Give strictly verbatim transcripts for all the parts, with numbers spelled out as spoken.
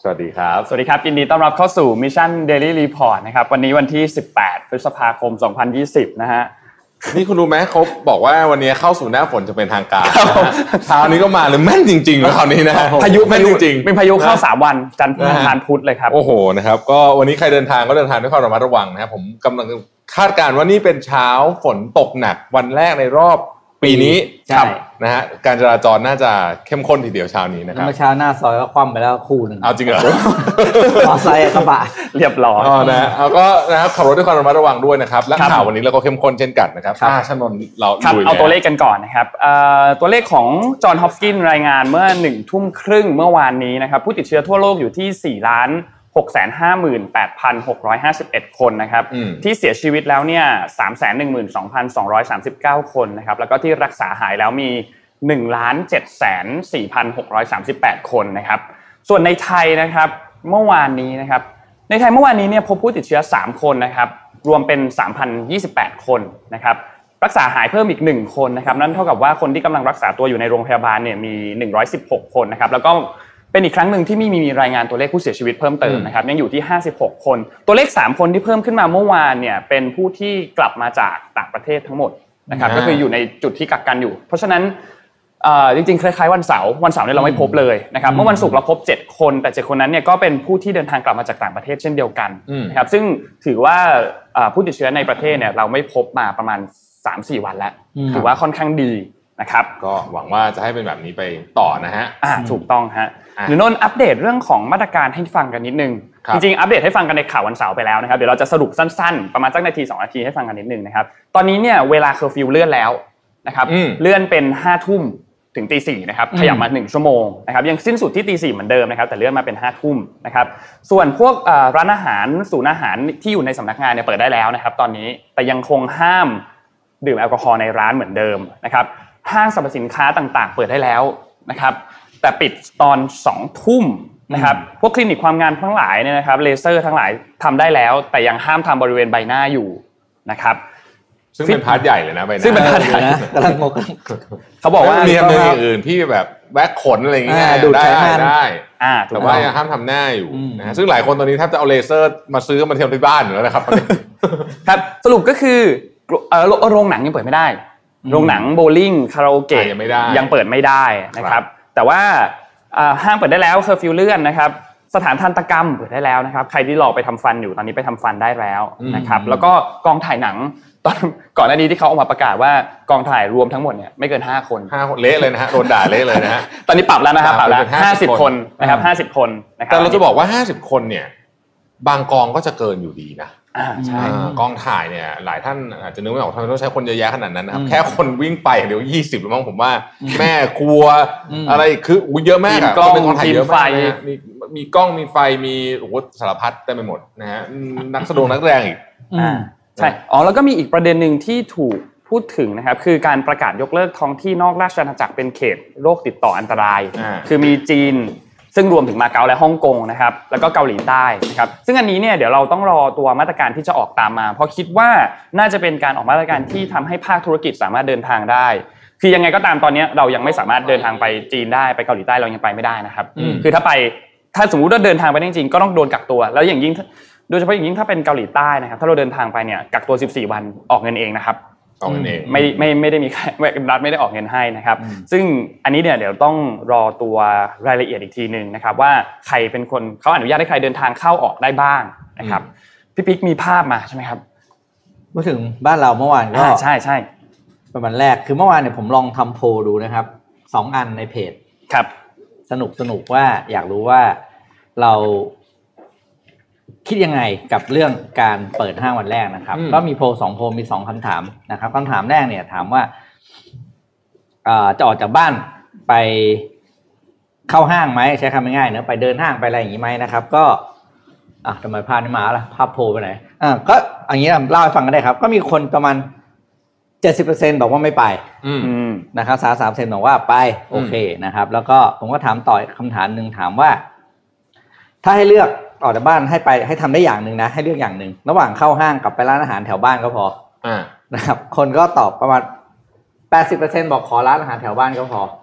สวัสดีครับสวัสดีครับยินดีต้อนรับเข้าสู่ Mission Daily Report นะครับวันนี้วันที่สิบแปดพฤษภาคมสองพันยี่สิบนะฮะนี่คุณรู้ไหมเขาบอกว่าวันนี้เข้าสู่หน้าฝนจะเป็นทางการเช้านี้ก็มาเลยแม่นจริงๆแล้วคราวนี้นะพายุแม่นจริงๆเป็นพายุเข้าสามวันจันทร์อังคารพุธเลยครับโอ้โหนะครับก็วันนี้ใครเดินทางก็เดินทางด้วยความระมัดระวังนะครับผมกำลังคาดการณ์ว่านี่เป็นเช้าฝนตกหนักวันแรกในรอบปีนี้ครับนะฮะการจราจรน่าจะเข้มข้นทีเดียวเช้านี้นะครับเมื่อเช้าหน้าซอยก็คว่ำไปแล้วคู่นึงเอาจริงเหรอมอไซค์กระบะเรียบร้อยอ๋อนะเอาก็นะครับขับรถด้วยความระมัดระวังด้วยนะครับและข่าววันนี้เราก็เข้มข้นเช่นกันนะครับอ่าชนนเราดูเอาตัวเลขกันก่อนนะครับเอ่อตัวเลขของจอห์นฮอปกินส์รายงานเมื่อ หนึ่งทุ่มครึ่งเมื่อวานนี้นะครับผู้ติดเชื้อทั่วโลกอยู่ที่สี่ล้านหกแสนห้าหมื่นแปดพันหกร้อยห้าสิบเอ็ดคนนะครับที่เสียชีวิตแล้วเนี่ย สามแสนหนึ่งหมื่นสองพันสองร้อยสามสิบเก้า คนนะครับแล้วก็ที่รักษาหายแล้วมี หนึ่งล้านเจ็ดแสนสี่พันหกร้อยสามสิบแปด คนนะครับส่วนในไทยนะครับเมื่อวานนี้นะครับในไทยเมื่อวานนี้เนี่ยพบผู้ติดเชื้อสามคนนะครับรวมเป็น สามพันยี่สิบแปด คนนะครับรักษาหายเพิ่มอีกหนึ่งคนนะครับนั่นเท่ากับว่าคนที่กำลังรักษาตัวอยู่ในโรงพยาบาลเนี่ยมีหนึ่งร้อยสิบหกคนนะครับแล้วก็เป็นอีกครั้งหนึ่งที่ไม่มีรายงานตัวเลขผู้เสียชีวิตเพิ่มเติมนะครับยังอยู่ที่ห้าสิบหกคนตัวเลขสามคนที่เพิ่มขึ้นมาเมื่อวานเนี่ยเป็นผู้ที่กลับมาจากต่างประเทศทั้งหมดนะครับก็คืออยู่ในจุดที่กักกันอยู่เพราะฉะนั้นเอ่อจริงๆคล้ายๆวันเสาร์วันเสาร์เนี่ยเราไม่พบเลยนะครับเมื่อวันศุกร์เราพบเจ็ดคนแต่เจ็ดคนนั้นเนี่ยก็เป็นผู้ที่เดินทางกลับมาจากต่างประเทศเช่นเดียวกันนะครับซึ่งถือว่าเอ่อผู้ติดเชื้อในประเทศเนี่ยเราไม่พบมาประมาณ สามถึงสี่ วันแล้วถือว่าค่อนข้างดีนะครับก็หวังว่าจะให้เป็นแบบนี้ไปต่อนะฮะอ่าถูกต้องฮะหรือนนท์อัปเดตเรื่องของมาตรการให้ฟังกันนิดนึงจริงๆอัปเดตให้ฟังกันในข่าววันเสาร์ไปแล้วนะครับเดี๋ยวเราจะสรุปสั้นๆประมาณสักนาทีสองนาทีให้ฟังกันนิดนึงนะครับตอนนี้เนี่ยเวลาเคอร์ฟิวเลื่อนแล้วนะครับเลื่อนเป็นห้าทุ่มถึงตีสี่นะครับขยับมาหนึ่งชั่วโมงนะครับยังสิ้นสุดที่ตีสี่เหมือนเดิมนะครับแต่เลื่อนมาเป็นห้าทุ่มนะครับส่วนพวกร้านอาหารศูนย์อาหารที่อยู่ในสำนักงานเนี่ยเปิดได้แล้วนะครับตอนนี้แต่ยังคงห้ามดื่มแอลกอฮอล์ในร้านเหมือนเดิมนะครับห้างสรรพสินค้าต่างๆเปิดได้แล้วนะครับแต่ปิดตอนสองทุ่มนะครับพวกคลินิกความงามทั้งหลายเนี่ยนะครับเลเซอร์ทั้งหลายทำได้แล้วแต่ยังห้ามทำบริเวณใบหน้าอยู่นะครับซึ่งเป็นพาร์ทใหญ่เลยนะใบหน้าซึ่งเป็นพาร์ทใหญ่นะกำลังงงเขาบอกว่ามีอะไรอื่นที่แบบแวกขนอะไรอย่างเงี้ยได้ได้แต่ว่ายังห้ามทำหน้าอยู่นะซึ่งหลายคนตอนนี้แทบจะเอาเลเซอร์มาซื้อมาเทียมที่บ้านอยู่แล้วนะครับครับสรุปก็คือโรงหนังยังเปิดไม่ได้โรงหนังโบลิ่งคาราโอเกะยังเปิดไม่ได้นะครับแต่ว่าห้างเปิดได้แล้วเคอร์ฟิวเลื่อนนะครับสถานทันตกรรมเปิดได้แล้วนะครับใครที่รอไปทำฟันอยู่ตอนนี้ไปทำฟันได้แล้วนะครับแล้วก็กองถ่ายหนังตอนก่อนหน้านี้ที่เขาออกมาประกาศว่ากองถ่ายรวมทั้งหมดเนี่ยไม่เกินห้าคนห้าคนเละเลยนะฮะโดนด่าเละเลยนะฮะตอนนี้ปรับแล้วนะครับปรับแล้วห้าสิบคนนะครับห้าสิบคนนะครับแต่เราจะบอกว่าห้าสิบคนเนี่ยบางกองก็จะเกินอยู่ดีนะอ่าใช่กองถ่ายเนี่ยหลายท่านอาจจะนึกไม่ออกทำไมต้องใช้คนเยอะแยะขนาดนั้นนะครับแค่คนวิ่งไปเดี๋ยวยี่สิบหรือมั้งผมว่าแม่ครัวอะไรคืออุ้ยเยอะมากอ่ะก็เป็นกองถ่ายเยอะมากมีมีกล้องมีไฟมีโอ้โหสารพัดเต็มไปหมดนะฮะนักแสดงนักแสดงอีกอ่าใช่อ๋อแล้วก็มีอีกประเด็นนึงที่ถูกพูดถึงนะครับคือการประกาศยกเลิกท้องที่นอกราชอาณาจักรเป็นเขตโรคติดต่ออันตรายคือมีจีนซึ่งรวมถึงมาเก๊าและฮ่องกงนะครับแล้วก็เกาหลีใต้นะครับซึ่งอันนี้เนี่ยเดี๋ยวเราต้องรอตัวมาตรการที่จะออกตามมาเพราะคิดว่าน่าจะเป็นการออกมาตรการที่ทำให้ภาคธุรกิจสามารถเดินทางได้คือยังไงก็ตามตอนนี้เรายังไม่สามารถเดินทางไปจีนได้ไปเกาหลีใต้เรายังไปไม่ได้นะครับคือถ้าไปถ้าสมมุติว่าเดินทางไปจริงๆก็ต้องโดนกักตัวแล้วอย่างยิ่งโดยเฉพาะอย่างยิ่งถ้าเป็นเกาหลีใต้นะครับถ้าเราเดินทางไปเนี่ยกักตัวสิบสี่วันออกเงินเองนะครับออกเงินเองไม่ไม่ไม่ได้มีรัฐไม่ได้ออกเงินให้นะครับซึ่งอันนี้เนี่ยเดี๋ยวต้องรอตัวรายละเอียดอีกทีนึงนะครับว่าใครเป็นคนเขาอนุญาตให้ใครเดินทางเข้าออกได้บ้างนะครับพี่ปิ๊กมีภาพมาใช่ไหมครับเมื่อถึงบ้านเราเมื่อวานก็ใช่ใช่ประมาณแรกคือเมื่อวานเนี่ยผมลองทำโพลดูนะครับสองอันในเพจครับสนุกสนุกว่าอยากรู้ว่าเราคิดยังไงกับเรื่องการเปิดห้างวันแรกนะครับก็มีโพลสองโพลมีสองคำถามนะครับคำถามแรกเนี่ยถามว่าจะออกจากบ้านไปเข้าห้างไหมใช้คำง่ายๆเนอะไปเดินห้างไปอะไรอย่างนี้ไหมนะครับก็อ่ะทำไมภาพนี้มาล่ะภาพโพลไปไหนอ่ะก็อย่างนี้เล่าให้ฟังกันได้ครับก็มีคนประมาณ เจ็ดสิบเปอร์เซ็นต์ บอกว่าไม่ไปนะครับสามสิบสามเปอร์เซ็นต์บอกว่าไปโอเคนะครับแล้วก็ผมก็ถามต่อคำถามนึงถามว่าถ้าให้เลือกออกจากบ้านให้ไปให้ทำได้อย่างนึงนะให้เลือกอย่างนึงระหว่างเข้าห้างกับไปร้านอาหารแถวบ้านก็พอนะครับคนก็ตอบประมาณ แปดสิบเปอร์เซ็นต์ บอกขอร้านอาหารแถวบ้านก็พอ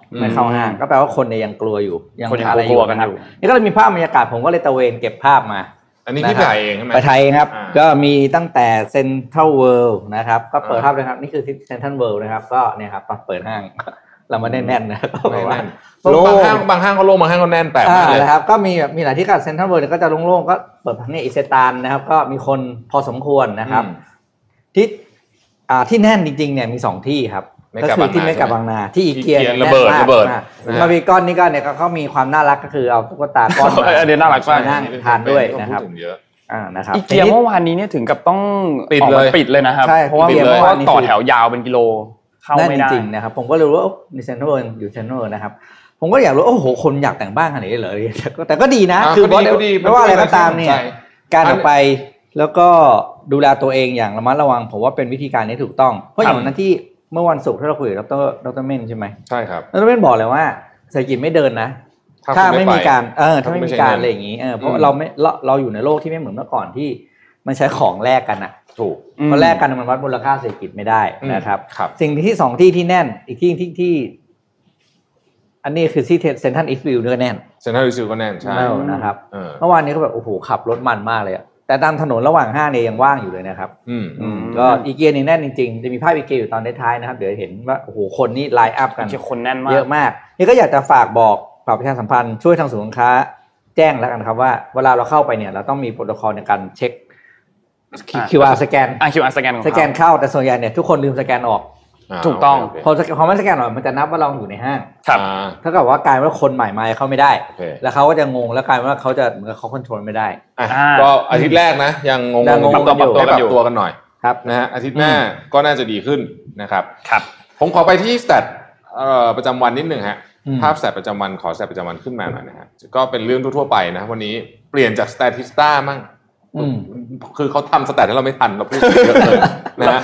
ไม่เข้าห้างก็แปลว่าคนเนี่ยยังกลัวอยู่ยังคนยังอะไรกลัวกันอยู่นี่ก็เลยมีภาพบรรยากาศผมก็เลยตะเวนเก็บภาพมาอันนี้ที่ไปเองใช่ไหมไปไทยครับก็มีตั้งแต่เซ็นทรัลเวิลด์นะครับก็เปิดภาพเลยครับนี่คือที่เซ็นทรัลเวิลด์นะครับก็เนี่ยครับเปิดห้างเราไม่ได้แน่นนะไม่แน่นบางห้างบางห้างเขาโล่งบางห้างเขาแน่นแปลกมากเลยนะครับก็มีมีหลายที่กับเซ็นทรัลเวิลด์ก็จะโล่งๆก็เปิดเนี่ยอิเซตานนะครับก็มีคนพอสมควรนะครับที่อ่าที่แน่นจริงๆเนี่ยมีสองที่ครับก็คือที่เมกะบางนาที่อีเกียระเบิดระเบิดบาร์บีคอนนี่ก็เนี่ยเขามีความน่ารักก็คือเอาตุ๊กตาก้อนมาเดี๋ยวน่ารักมากนั่งทานด้วยนะครับอ่านะครับอีเกียเมื่อวานนี้เนี่ยถึงกับต้องปิดเลยปิดเลยนะครับเพราะว่าเมื่อวานต่อแถวยาวเป็นกิโลเข้าไม่ได้จริงๆนะครับผมก็เลยรู้ว่าในเซ็นทรัลเวิลด์อยู่เซ็นทรัลเวิลด์นะครับผมก็อยากรู้โอ้โหคนอยากแต่งบ้านขนาดนี้เลยแต่ก็ดีนะคือไม่ว่าอะไรก็ตามเนี่ยการออกไปแล้วก็ดูแลตัวเองอย่างระมัดระวังผมว่าเป็นวิธีการที่ถูกต้องเพราะอย่างนั้นที่เมื่อวันศุกร์ที่เราคุยกับดรดรเม่นใช่ไหมใช่ครับดรเม่นบอกเลยว่าเศรษฐกิจไม่เดินนะถ้าไม่มีการเออถ้าไม่มีการอะไรอย่างนี้เออเพราะเราไม่เราเราอยู่ในโลกที่ไม่เหมือนเมื่อก่อนที่มันใช้ของแลกกันนะถูกเพราะแลกกันมันวัดมูลค่าเศรษฐกิจไม่ได้นะครับสิ่งที่สองที่ที่แน่นอีกที่ที่ที่อันนี้คือที่เซ็นทรัลอีสต์วิวก็แน่นเซ็นทรัลอีสต์วิวก็แน่นใช่นะครับเมื่อวานนี้ก็แบบโอ้โหขับรถมันมากเลยแต่ตามถนนระหว่างห้างเนี่ยยังว่างอยู่เลยนะครับก็อีเกียนี่แน่นจริงๆจะมีภาพอีเกียอยู่ตอนท้ายๆนะครับเดี๋ยวเห็นว่าโอ้โหคนนี่ไลน์อัพกันคนแน่นมากเยอะมากนี่ก็อยากจะฝากบอกฝากประชาสัมพันธ์ช่วยทางศูนย์การค้าแจ้งแล้วกันครับว่าเวลาเราเข้าไปเนี่ยเราต้องมีโปรโตคอลในการเช็ค คิว อาร์ สแกนอ่า คิว อาร์ สแกนของสแกนเข้าแต่ส่วนใหญ่เนี่ยทุกคนลืมสแกนออกถูกต้องพอพอไม่สแกนออกมันจะนับว่าเราอยู่ในห้างครับถ้าเกิดว่ากลายว่าคนใหม่มาเข้าไม่ได้แล้วเขาก็จะงงแล้วกลายว่าเขาจะเหมือนเขาคอนโทรลไม่ได้ก็อาทิตย์แรกนะยังงงๆปรับตัวปรับตัวปรับตัวกันหน่อยครับนะฮะอาทิตย์หน้าก็น่าจะดีขึ้นนะครับครับผมขอไปที่สแตทประจำวันนิดนึงฮะภาพสแตทประจำวันขอสแตทประจำวันขึ้นมาหน่อยนะฮะก็เป็นเรื่องทั่วๆไปนะวันนี้เปลี่ยนจาก Statista มั่งคือเขาทำสแตทให้เราไม่ทันเราพูดเยอะเลยนะฮะ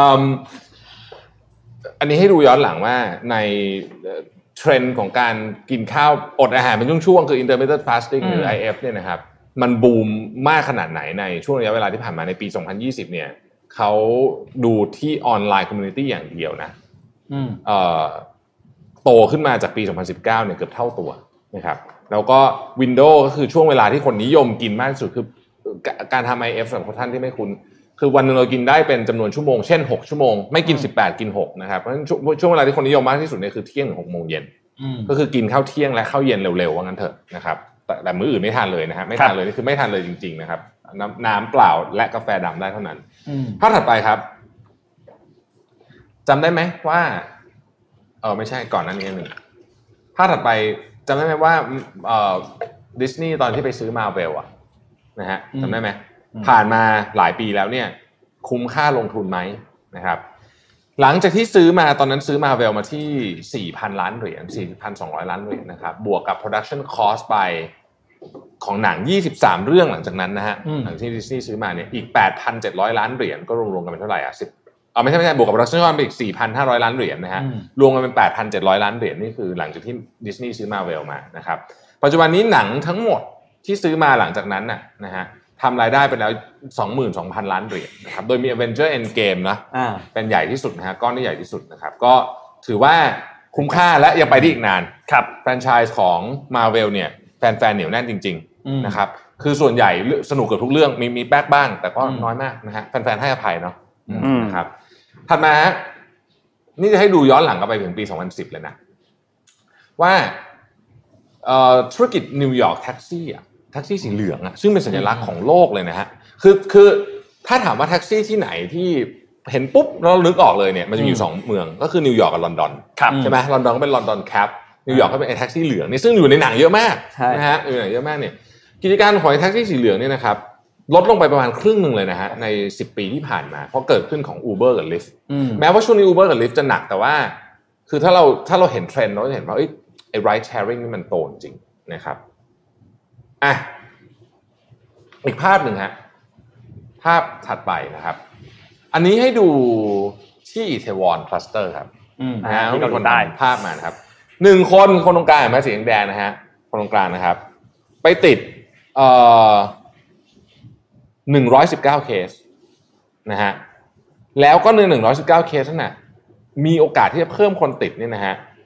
อันนี้ให้ดูย้อนหลังว่าในเทรนด์ของการกินข้าวอดอาหารเป็นช่วงๆคือ intermittent fasting หรือ ไอ เอฟ เนี่ยนะครับมันบูมมากขนาดไหนในช่วงระยะเวลาที่ผ่านมาในปีสองพันยี่สิบเนี่ยเขาดูที่ออนไลน์คอมมูนิตี้อย่างเดียวนะเอ่อโตขึ้นมาจากปีสองพันสิบเก้าเนี่ยเกือบเท่าตัวนะครับแล้วก็ window ก็คือช่วงเวลาที่คนนิยมกินมากที่สุดคือการทำ ไอ เอฟ สำหรับท่านที่ไม่คุ้นคือวันนึงเรากินได้เป็นจำนวนชั่วโมงเช่นหกชั่วโมงไม่กินสิบแปดกินหกนะครับเพราะฉะนั้นช่วงเวลาที่คนนิยมมากที่สุดเนี่ยคือเที่ยงถึงหกโมงเย็นก็คือกินข้าวเที่ยงและข้าวเย็นเร็วๆว่างั้นเถอะนะครับแต่แต่มื้ออื่นไม่ทานเลยนะฮะไม่ทานเลยนี่คือไม่ทานเลยจริงๆนะครับน้ำน้ำเปล่าและกาแฟดำได้เท่านั้นภาพถัดไปครับจำได้ไหมว่าเออไม่ใช่ก่อนนั้นนิดนึงภาพถัดไปจำได้ไหมว่าเอ่อดิสนีย์ตอนที่ไปซื้อมาเวลอะนะฮะจำได้ไหมผ่านมาหลายปีแล้วเนี่ยคุ้มค่าลงทุนไหมนะครับหลังจากที่ซื้อมาตอนนั้นซื้อมาเวลมาที่ สี่พัน ล้านเหรียญ สี่พันสองร้อย ล้านเหรียญนะครับบวกกับ production cost ไปของหนังยี่สิบสามเรื่องหลังจากนั้นนะฮะหลังที่ดิสนีย์ซื้อมาเนี่ยอีก แปดพันเจ็ดร้อย ล้านเหรียญก็รวมๆกันเป็นเท่าไหร่อ่ะสิบอ๋อไม่ใช่ไม่ใช่บวกกับ production cost ไปอีก สี่พันห้าร้อย ล้านเหรียญนะฮะรวมกันเป็น แปดพันเจ็ดร้อย ล้านเหรียญนี่คือหลังจากที่ดิสนีย์ซื้อมาเวลมานะครับปัจจุบันนี้หนังทั้งหมดที่ซื้อมาหลังจากนั้นน่ะนะฮะทำรายได้ไปแล้ว สองหมื่นสองพัน ล้านเหรียญนะครับโดยมี Avenger Endgame นะเป็นใหญ่ที่สุดนะฮะก้อนที่ใหญ่ที่สุดนะครับก็ถือว่าคุ้มค่าและยังไปได้อีกนานครับแฟรนไชส์ของ Marvel เนี่ยแฟนๆเหนียวแน่นจริงๆนะครับคือส่วนใหญ่สนุกกับทุกเรื่องมีมีแป๊กบ้างแต่ก็น้อยมากนะฮะแฟนๆให้อภัยเนาะนะครับถัดมาฮะนี่จะให้ดูย้อนหลังกลับไปถึงปีสองพันสิบเลยนะว่าธุรกิจนิวยอร์กแท็กซี่อ่ะแท็กซี่สีเหลืองอ่ะซึ่งเป็นสัญลักษณ์ของโลกเลยนะฮะคือคือถ้าถามว่าแท็กซี่ที่ไหนที่เห็นปุ๊บเรานึกออกเลยเนี่ยมันจะมีอยู่สองเมืองก็คือนิวยอร์กกับลอนดอนใช่ไหมลอนดอนก็เป็นลอนดอนแคปนิวยอร์กก็เป็นไอ้แท็กซี่เหลืองนี่ซึ่งอยู่ในหนังเยอะมากนะฮะอยู่ในหนังเยอะมากเนี่ยกิจการของแท็กซี่สีเหลืองเนี่ยนะครับลดลงไปประมาณครึ่งนึงเลยนะฮะในสิบปีที่ผ่านมาเพราะเกิดขึ้นของ Uber กับ Lyft แม้ว่าช่วงนี้ Uber กับ Lyft จะหนักแต่ว่าคือถ้าเราถ้าเราเห็นเทรนด์เราจะเห็นว่าไอ้ ride sharing นี่มันโตจริงนะครับอ่ะอีกภาพหนึ่งฮะภาพถัดไปนะครับอันนี้ให้ดูที่อิตาลีคลัสเตอร์ครับนะฮะมีคนได้ภาพมานะครับหนึ่งคนคนตรงกลางเห็นไหมสีแดงนะฮะคนตรงกลางนะครับไปติดเอ่อหนึ่งร้อยสิบเก้าเคสนะฮะแล้วก็ในหนึ่งร้อยสิบเก้าเคสนั่นน่ะมีโอกาสที่จะเพิ่มคนติดเนี่ยนะฮะ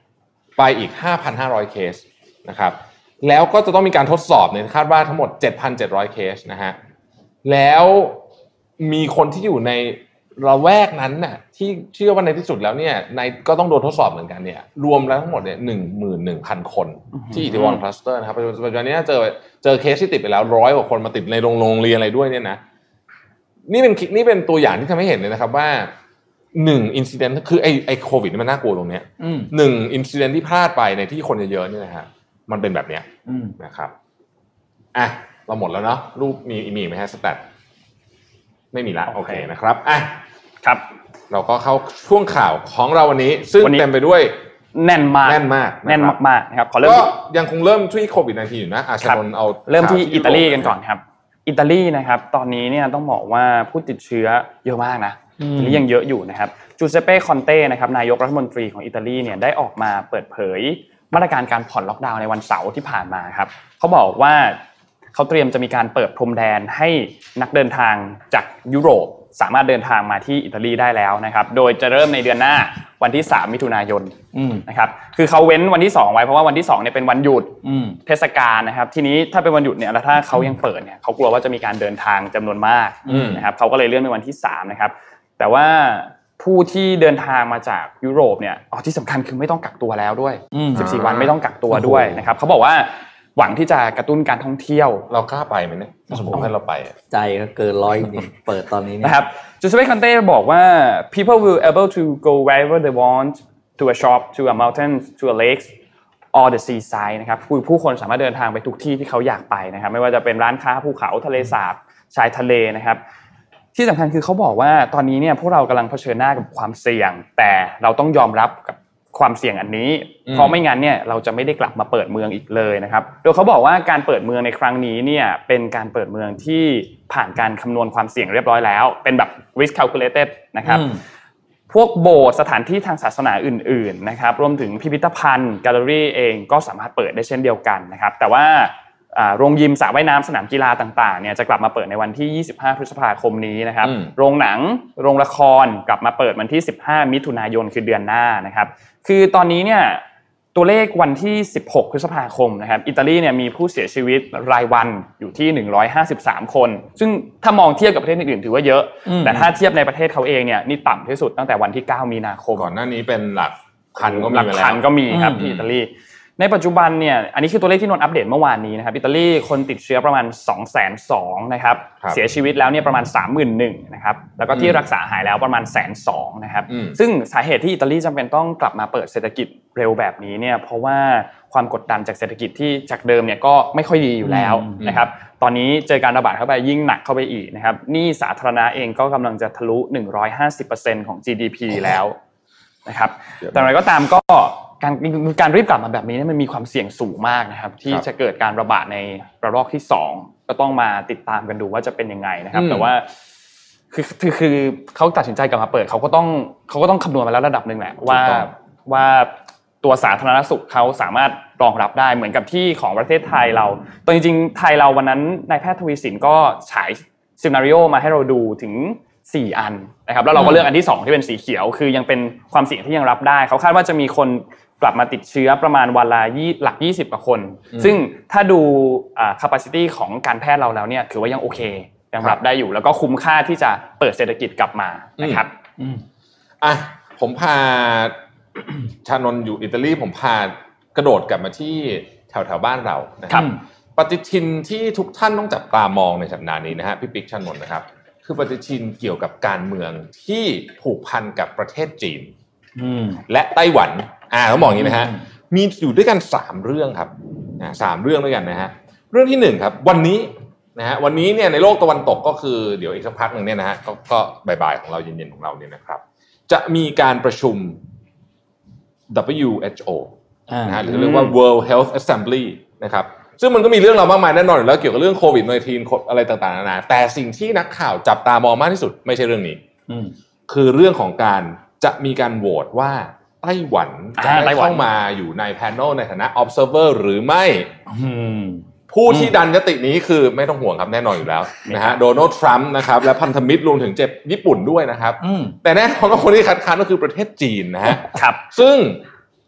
ไปอีก ห้าพันห้าร้อย เคสนะครับแล้วก็จะต้องมีการทดสอบเนี่ยคาดว่าทั้งหมด เจ็ดพันเจ็ดร้อย เคสนะฮะแล้วมีคนที่อยู่ในระแวกนั้นน่ะที่เชื่อว่าในที่สุดแล้วเนี่ยในก็ต้องโดนทดสอบเหมือนกันเนี่ยรวมแล้วทั้งหมดเนี่ย หนึ่งหมื่นหนึ่งพัน คนที่อิตาลีคลัสเตอร์นะครับปัจจุบันนี้เจอเจอเคสที่ติดไปแล้วร้อยกว่าคนมาติดในโรงเรียนอะไรด้วยเนี่ยนะนี่เป็นนี่เป็นตัวอย่างที่ทำให้เห็นเลยนะครับว่าหนึ่งอินซิเดนต์คือไอ้ไอ้โควิดนี่มันน่ากลัวตรงเนี้ยหนึ่งอินซิเดนต์ที่พลาดไปในที่คนเยอะๆนี่นะฮะมันเป็นแบบเนี้ยนะครับอ่ะเราหมดแล้วเนาะรูปมีมีไหมฮะสแตทไม่มีละโอเคนะครับอ่ะครับเราก็เข้าช่วงข่าวของเราวันนี้ซึ่งเต็มไปด้วยแน่นมากแน่นมากแน่นมากๆนะครับขอเริ่มก็ยังคงเริ่มที่โควิด สิบเก้า อยู่นะอาชญ์เอาเริ่มที่อิตาลีกันก่อนครับอิตาลีนะครับตอนนี้เนี่ยต้องบอกว่าผู้ติดเชื้อเยอะมากนะอิตาลียังเยอะอยู่นะครับจูเซเป้คอนเต้นะครับนายกรัฐมนตรีของอิตาลีเนี่ยได้ออกมาเปิดเผยมาตรการการผ่อนล็อกดาวน์ในวันเสาร์ที่ผ่านมาครับเขาบอกว่าเขาเตรียมจะมีการเปิดพรมแดนให้นักเดินทางจากยุโรปสามารถเดินทางมาที่อิตาลีได้แล้วนะครับโดยจะเริ่มในเดือนหน้าวันที่สามมิถุนายนนะครับคือเขาเว้นวันที่สองไว้เพราะว่าวันที่สองเนี่ยเป็นวันหยุดเทศกาลนะครับทีนี้ถ้าเป็นวันหยุดเนี่ยแล้วถ้าเขายังเปิดเนี่ยเขากลัวว่าจะมีการเดินทางจำนวนมากนะครับเขาก็เลยเลื่อนเป็นวันที่สามนะครับแต่ว่าผู้ที่เดินทางมาจากยุโรปเนี่ยอ๋อที่สำคัญคือไม่ต้องกักตัวแล้วด้วยสิบสี่วันไม่ต้องกักตัวด้วยนะครับเขาบอกว่าหวังที่จะกระตุ้นการท่องเที่ยวเรากล้าไปไหมเนี่ยสมมติให้เราไปใจก็เกินร้อยจริงเปิดตอนนี้นะครับจูเซเป้คอนเต้บอกว่า people will able to go wherever they want to a shop to a mountain to a lake or the seaside นะครับผู้คนสามารถเดินทางไปทุกที่ที่เขาอยากไปนะครับไม่ว่าจะเป็นร้านค้าภูเขาทะเลสาบชายทะเลนะครับที่สำคัญคือเขาบอกว่าตอนนี้เนี่ยพวกเรากำลังเผชิญหน้ากับความเสี่ยงแต่เราต้องยอมรับกับความเสี่ยงอันนี้เพราะไม่งั้นเนี่ยเราจะไม่ได้กลับมาเปิดเมืองอีกเลยนะครับโดยเขาบอกว่าการเปิดเมืองในครั้งนี้เนี่ยเป็นการเปิดเมืองที่ผ่านการคำนวณความเสี่ยงเรียบร้อยแล้วเป็นแบบ risk calculated นะครับพวกโบสถ์สถานที่ทางศาสนาอื่นๆนะครับรวมถึงพิพิธภัณฑ์แกลเลอรี่เองก็สามารถเปิดได้เช่นเดียวกันนะครับแต่ว่าโรงยิมสระว่ายน้ำสนามกีฬาต่างๆเนี่ยจะกลับมาเปิดในวันที่ยี่สิบห้าพฤษภาคมนี้นะครับโรงหนังโรงละครกลับมาเปิดวันที่สิบห้ามิถุนายนคือเดือนหน้านะครับคือตอนนี้เนี่ยตัวเลขวันที่สิบหกพฤษภาคมนะครับอิตาลีเนี่ยมีผู้เสียชีวิตรายวันอยู่ที่หนึ่งร้อยห้าสิบสามคนซึ่งถ้ามองเทียบกับประเทศอื่นๆถือว่าเยอะแต่ถ้าเทียบในประเทศเขาเองเนี่ยนี่ต่ำที่สุดตั้งแต่วันที่เก้ามีนาคมก่อนหน้านี้เป็นหลักพันก็มีหลักพันก็มีครับที่อิตาลีในปัจจุบันเนี่ยอันนี้คือตัวเลขที่นนอัปเดตเมื่อวานนี้นะครับอิตาลีคนติดเชื้อประมาณ สองแสนสองหมื่น นะครับเสียชีวิตแล้วเนี่ยประมาณ สามหมื่นหนึ่งพัน นะครับแล้วก็ที่รักษาหายแล้วประมาณ หนึ่งแสนสองหมื่น นะครับซึ่งสาเหตุที่อิตาลีจำเป็นต้องกลับมาเปิดเศรษฐกิจเร็วแบบนี้เนี่ยเพราะว่าความกดดันจากเศรษฐกิจที่จากเดิมเนี่ยก็ไม่ค่อยดีอยู่แล้วนะครับตอนนี้เจอการระบาดเข้าไปยิ่งหนักเข้าไปอีกนะครับหนี้สาธารณะเองก็กำลังจะทะลุ หนึ่งร้อยห้าสิบเปอร์เซ็นต์ ของ จี ดี พี แล้วนะครับแต่อย่างไรก็ตามก็การการรีบกลับมาแบบนี้มันมีความเสี่ยงสูงมากนะครับที่จะเกิดการระบาดในระลอกที่สองก็ต้องมาติดตามกันดูว่าจะเป็นยังไงนะครับแต่ว่าคือคือคือเขาตัดสินใจกลับมาเปิดเขาก็ต้องเขาก็ต้องคำนวณมาแล้วระดับนึงแหละว่าว่าตัวสาธารณสุขเขาสามารถรองรับได้เหมือนกับที่ของประเทศไทยเราตอนจริงๆไทยเราวันนั้นนายแพทย์ทวีสินก็ฉายซีนาริโอมาให้เราดูถึงสี่อันนะครับแล้วเราก็เลือกอันที่สองที่เป็นสีเขียวคือยังเป็นความเสี่ยงที่ยังรับได้เขาคาดว่าจะมีคนกลับมาติดเชื้อประมาณวันละหลักยี่สิบกว่าคนซึ่งถ้าดูอ่า capacity ของการแพทย์เราแล้วเนี่ยถือว่ายังโอเคยังรับได้อยู่แล้วก็คุ้มค่าที่จะเปิดเศรษฐกิจกลับมานะครับอ่ะผมพาชานนท์อยู่อิตาลีผมพากระโดดกลับมาที่แถวแถวบ้านเรานะครับปฏิทินที่ทุกท่านต้องจับตามองในสัปดาห์นี้นะฮะพี่ปิ๊กชานนท์นะครับคือปฏิทินเกี่ยวกับการเมืองที่ผูกพันกับประเทศจีนและไต้หวันอ่าต้องบอกอย่างนี้นะฮะมีอยู่ด้วยกันสามเรื่องครับนะสามเรื่องด้วยกันนะฮะเรื่องที่หนึ่งครับวันนี้นะฮะวันนี้เนี่ยในโลกตะวันตกก็คือเดี๋ยวอีกสักพักหนึ่งเนี่ยนะฮะก็ก็บ่ายๆของเราเย็นๆของเราเนี่ยนะครับจะมีการประชุม ดับเบิลยู เอช โอ นะฮะหรือเรียกว่า World Health Assembly นะครับซึ่งมันก็มีเรื่องราวมากมายแน่นอนอยู่แล้วเกี่ยวกับเรื่องโควิด สิบเก้า อะไรต่างๆนานาแต่สิ่งที่นักข่าวจับตามองมากที่สุดไม่ใช่เรื่องนี้คือเรื่องของการจะมีการโหวตว่าไต้หวันจะได้เข้ามาอยู่ใน panel ในฐานะ observer หรือไม่ผู้ที่ดันยตินี้คือไม่ต้องห่วงครับแน่นอนอยู่แล้วนะฮะโดนัลด์ทรัมป์นะครับและพันธมิตรรวมถึงเจ็บญี่ปุ่นด้วยนะครับแต่แน่นอนว่าคนที่คัดค้านก็คือประเทศจีนนะฮะซึ่ง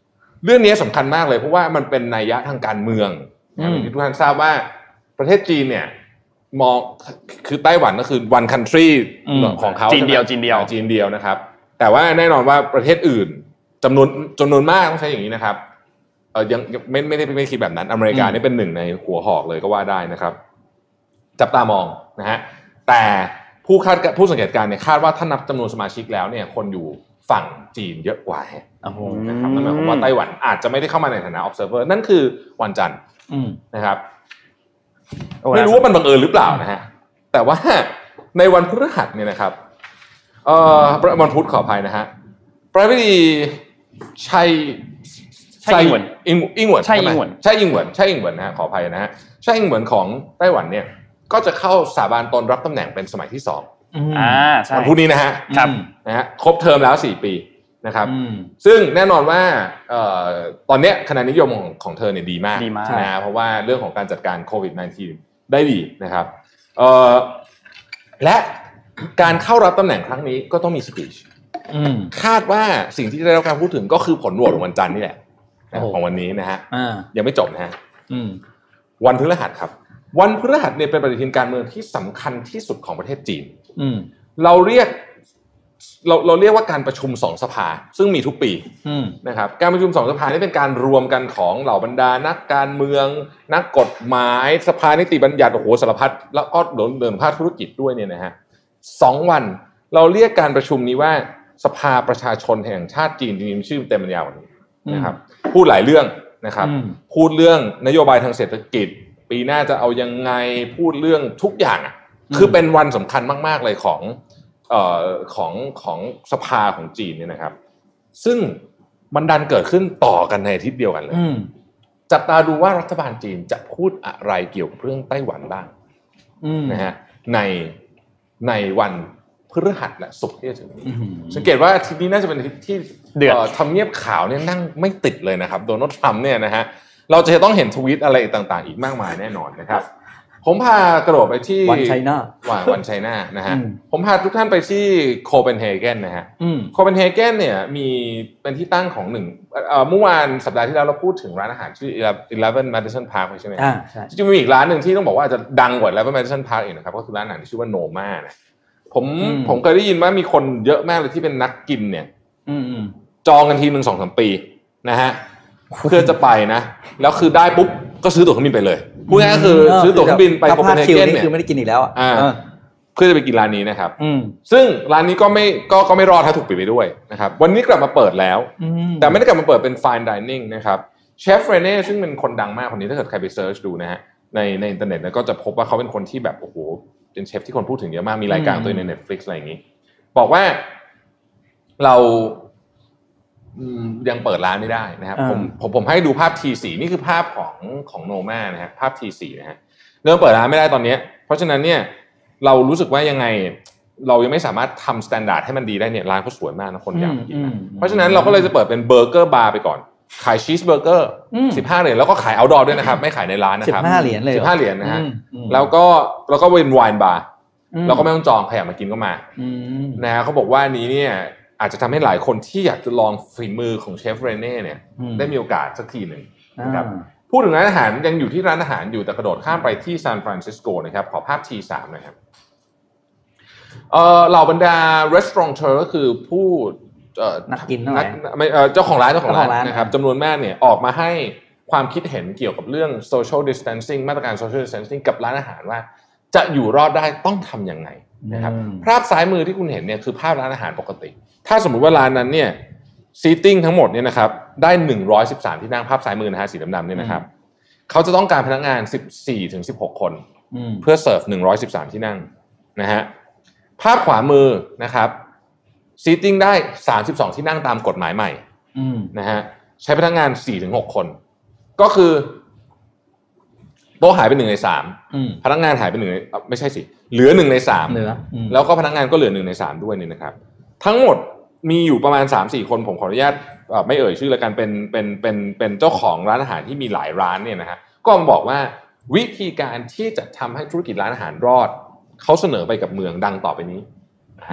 เรื่องนี้สำคัญมากเลยเพราะว่ามันเป็นนัยยะทางการเมืองอย่างที่ทุกท่านทราบว่าประเทศจีนเนี่ยมองคือไต้หวันก็คือ one country ของเขาจีนเดียวจีนเดียวจีนเดียวนะครับแต่ว่าแน่นอนว่าประเทศอื่นจำนวนจำนวนมากต้องใช้อย่างนี้นะครับเออยังไม่ไม่ได้ไม่คิดแบบนั้นอเมริกานี่เป็นหนึ่งในหัวหอกเลยก็ว่าได้นะครับจับตามองนะฮะแต่ผู้คาดผู้สังเกตการณ์เนี่ยคาดว่าถ้านับจำนวนสมาชิกแล้วเนี่ยคนอยู่ฝั่งจีนเยอะกว่านะครับนั่นหมายความว่าไต้หวันอาจจะไม่ได้เข้ามาในฐานะ observer นั่นคือวันจันทร์นะครับไม่รู้ว่ามันบังเอิญหรือเปล่านะฮะแต่ว่าในวันพฤหัสเนี่ยนะครับเอ่อวันพุธขออภัยนะฮะประธานาธิบดีชัยชัยอิงเหวินอิงเหวินใช่อิงเหวินใช่อิงเหวินใช่อิงเหวินนะฮะขออภัยนะฮะใช่อิงเหวินของไต้หวันเนี่ยก็จะเข้าสาบานตนรับตำแหน่งเป็นสมัยที่สองอ่าใช่วันพุธนี้นะฮะครับนะฮะครบเทอมแล้วสี่ปีนะครับซึ่งแน่นอนว่าเอ่อตอนนี้คะแนนนิยมของของเธอเนี่ยดีมากนะฮะเพราะว่าเรื่องของการจัดการโควิด สิบเก้า ได้ดีนะครับเอ่อและการเข้ารับตำแหน่งครั้งนี้ก็ต้องมีสปีชคาดว่าสิ่งที่ได้รับการพูดถึงก็คือผลโหวตวันจันทร์นี่แหละของวันนี้นะฮะยังไม่จบนะฮะวันพฤหัสครับวันพฤหัสเนี่ยเป็นปฏิทินการเมืองที่สำคัญที่สุดของประเทศจีนเราเรียกเราเราเรียกว่าการประชุมสองสภาซึ่งมีทุกปีนะครับการประชุมสองสภานี่เป็นการรวมกันของเหล่าบรรดานักการเมืองนักกฎหมายสภานิติบัญญัติโอ้โหสารพัดแล้วก็เดินภาคธุรกิจด้วยเนี่ยนะฮะสองวันเราเรียกการประชุมนี้ว่าสภาประชาชนแห่งชาติจีนจริงๆชื่อเต็มยาวกว่านี้นะครับพูดหลายเรื่องนะครับพูดเรื่องนโยบายทางเศรษฐกิจปีหน้าจะเอายังไงพูดเรื่องทุกอย่างอ่ะคือเป็นวันสำคัญมากๆเลยของเอ่อของของสภาของจีนเนี่ยนะครับซึ่งมันดันเกิดขึ้นต่อกันในอาทิตย์เดียวกันเลยจับตาดูว่ารัฐบาลจีนจะพูดอะไรเกี่ยวกับเรื่องไต้หวันบ้างนะฮะในในวันพฤหัสและศุกร์ที่จะถึงนี้สังเกตว่าอาทิตย์นี้น่าจะเป็นอาทิตย์ที่ทำเนียบขาวเนี่ยนั่งไม่ติดเลยนะครับโดนัลด์ทรัมป์เนี่ยนะฮะเราจะต้องเห็นทวีตอะไรต่างๆอีกมากมายแน่นอนนะครับผมพากระโดดไปที่วันไชน่าวันไชน่านะฮะผมพาทุกท่านไปที่โคเปนเฮเกนนะฮะโคเปนเฮเกนเนี่ยมีเป็นที่ตั้งของหนึ่งเมื่อวานสัปดาห์ที่แล้วเราพูดถึงร้านอาหารชื่อ eleven Madison Park ใช่ไหมจริงๆมีอีกร้านหนึ่งที่ต้องบอกว่าจะดังกว่า eleven Madison Park อีกนะครับก็คือร้านอาหารที่ชื่อว่าโนมานะผมผมเคยได้ยินว่ามีคนเยอะมากเลยที่เป็นนักกินเนี่ยจองกันทีหนึ่งสองสามปีนะฮะเพื่อจะไปนะแล้วคือได้ปุ๊บก็ซื้อตั๋วเครื่องบินไปเลยพูดง่ายๆก็คือซื้อตั๋วเครื่องบินไปโคเปนเฮเกนเนี่ยคือไม่ได้กินอีกแล้วอ่ะเพื่อจะไปกินร้านนี้นะครับซึ่งร้านนี้ก็ไม่ก็ก็ไม่รอดถ้าถูกปิดไปด้วยนะครับวันนี้กลับมาเปิดแล้วแต่ไม่ได้กลับมาเปิดเป็น fine dining นะครับเชฟเรเน่ซึ่งเป็นคนดังมากคนนี้ถ้าเกิดใครไปเซิร์ชดูนะฮะในในอินเทอร์เน็ตก็จะพบว่าเขาเป็นคนที่แบบโอ้โหเป็นเชฟที่คนพูดถึงเยอะมากมีรายการตัวใน Netflix อะไรอย่างนี้บอกว่าเรายังเปิดร้านไม่ได้นะครับผมผมผมให้ดูภาพ ที โฟร์ นี่คือภาพของของโนม่านะฮะภาพ ที โฟร์ นะฮะเริ่มเปิดร้านไม่ได้ตอนนี้เพราะฉะนั้นเนี่ยเรารู้สึกว่ายังไงเรายังไม่สามารถทำสแตนดาร์ดให้มันดีได้เนี่ยร้านเขาสวยมากนะคนอยากกินนะเพราะฉะนั้นเราก็เลยจะเปิดเป็นเบอร์เกอร์บาร์ไปก่อนขายชีสเบอร์เกอร์สิบห้าเหรียญแล้วก็ขายเอาท์ดอร์ด้วยนะครับไม่ขายในร้านนะครับสิบห้าเหรียญเลยสิบห้าเหรียญนะฮะแล้วก็แล้วก็เป็นไวน์บาร์แล้วก็ไม่ต้องจองใครอยากมากินก็มานะฮะเขาบอกว่านี้เนี่ยอาจจะทำให้หลายคนที่อยากจะลองฝีมือของเชฟเรเน่เนี่ยได้มีโอกาสสักทีหนึ่งนะครับพูดถึงร้านอาหารยังอยู่ที่ร้านอาหารอยู่แต่กระโดดข้ามไปที่ซานฟรานซิสโกนะครับขอภาพ ที สาม นะครับเอ่อเหล่าบรรดา restaurateur ก็คือผู้นักกินเท่าไหร่ไม่เจ้าของร้านเจ้าของร้านนะครับจำนวนมากเนี่ยออกมาให้ความคิดเห็นเกี่ยวกับเรื่อง social distancing มาตรการ social distancing กับร้านอาหารว่าจะอยู่รอดได้ต้องทำยังไงนะครับภาพซ้ายมือที่คุณเห็นเนี่ยคือภาพร้านอาหารปกติถ้าสมมุติว่าร้านนั้นเนี่ยซีติ้งทั้งหมดเนี่ยนะครับได้หนึ่งร้อยสิบสามที่นั่งภาพซ้ายมือนะฮะสีดำๆเนี่ยนะครับเขาจะต้องการพนักงานสิบสี่ถึงสิบหกคนเพื่อเสิร์ฟหนึ่งร้อยสิบสามที่นั่งนะฮะภาพขวามือนะครับซีติ้งได้สามสิบสองที่นั่งตามกฎหมายใหม่นะฮะใช้พนักงาน สี่ถึงหก คนก็คือโต๊ะหายไปหนึ่งในสามพนักงานหายไปหนึ่งไม่ใช่สิเหลือหนึ่งในสามแล้วก็พนักงานก็เหลือหนึ่งในสามด้วยนี่นะครับทั้งหมดมีอยู่ประมาณ สามถึงสี่ คนผมขออนุญาตไม่เอ่ยชื่อแล้วกันเป็นเป็นเป็นเป็นเจ้าของร้านอาหารที่มีหลายร้านเนี่ยนะฮะก็มาบอกว่าวิธีการที่จะทำให้ธุรกิจร้านอาหารรอดเขาเสนอไปกับเมืองดังต่อไปนี้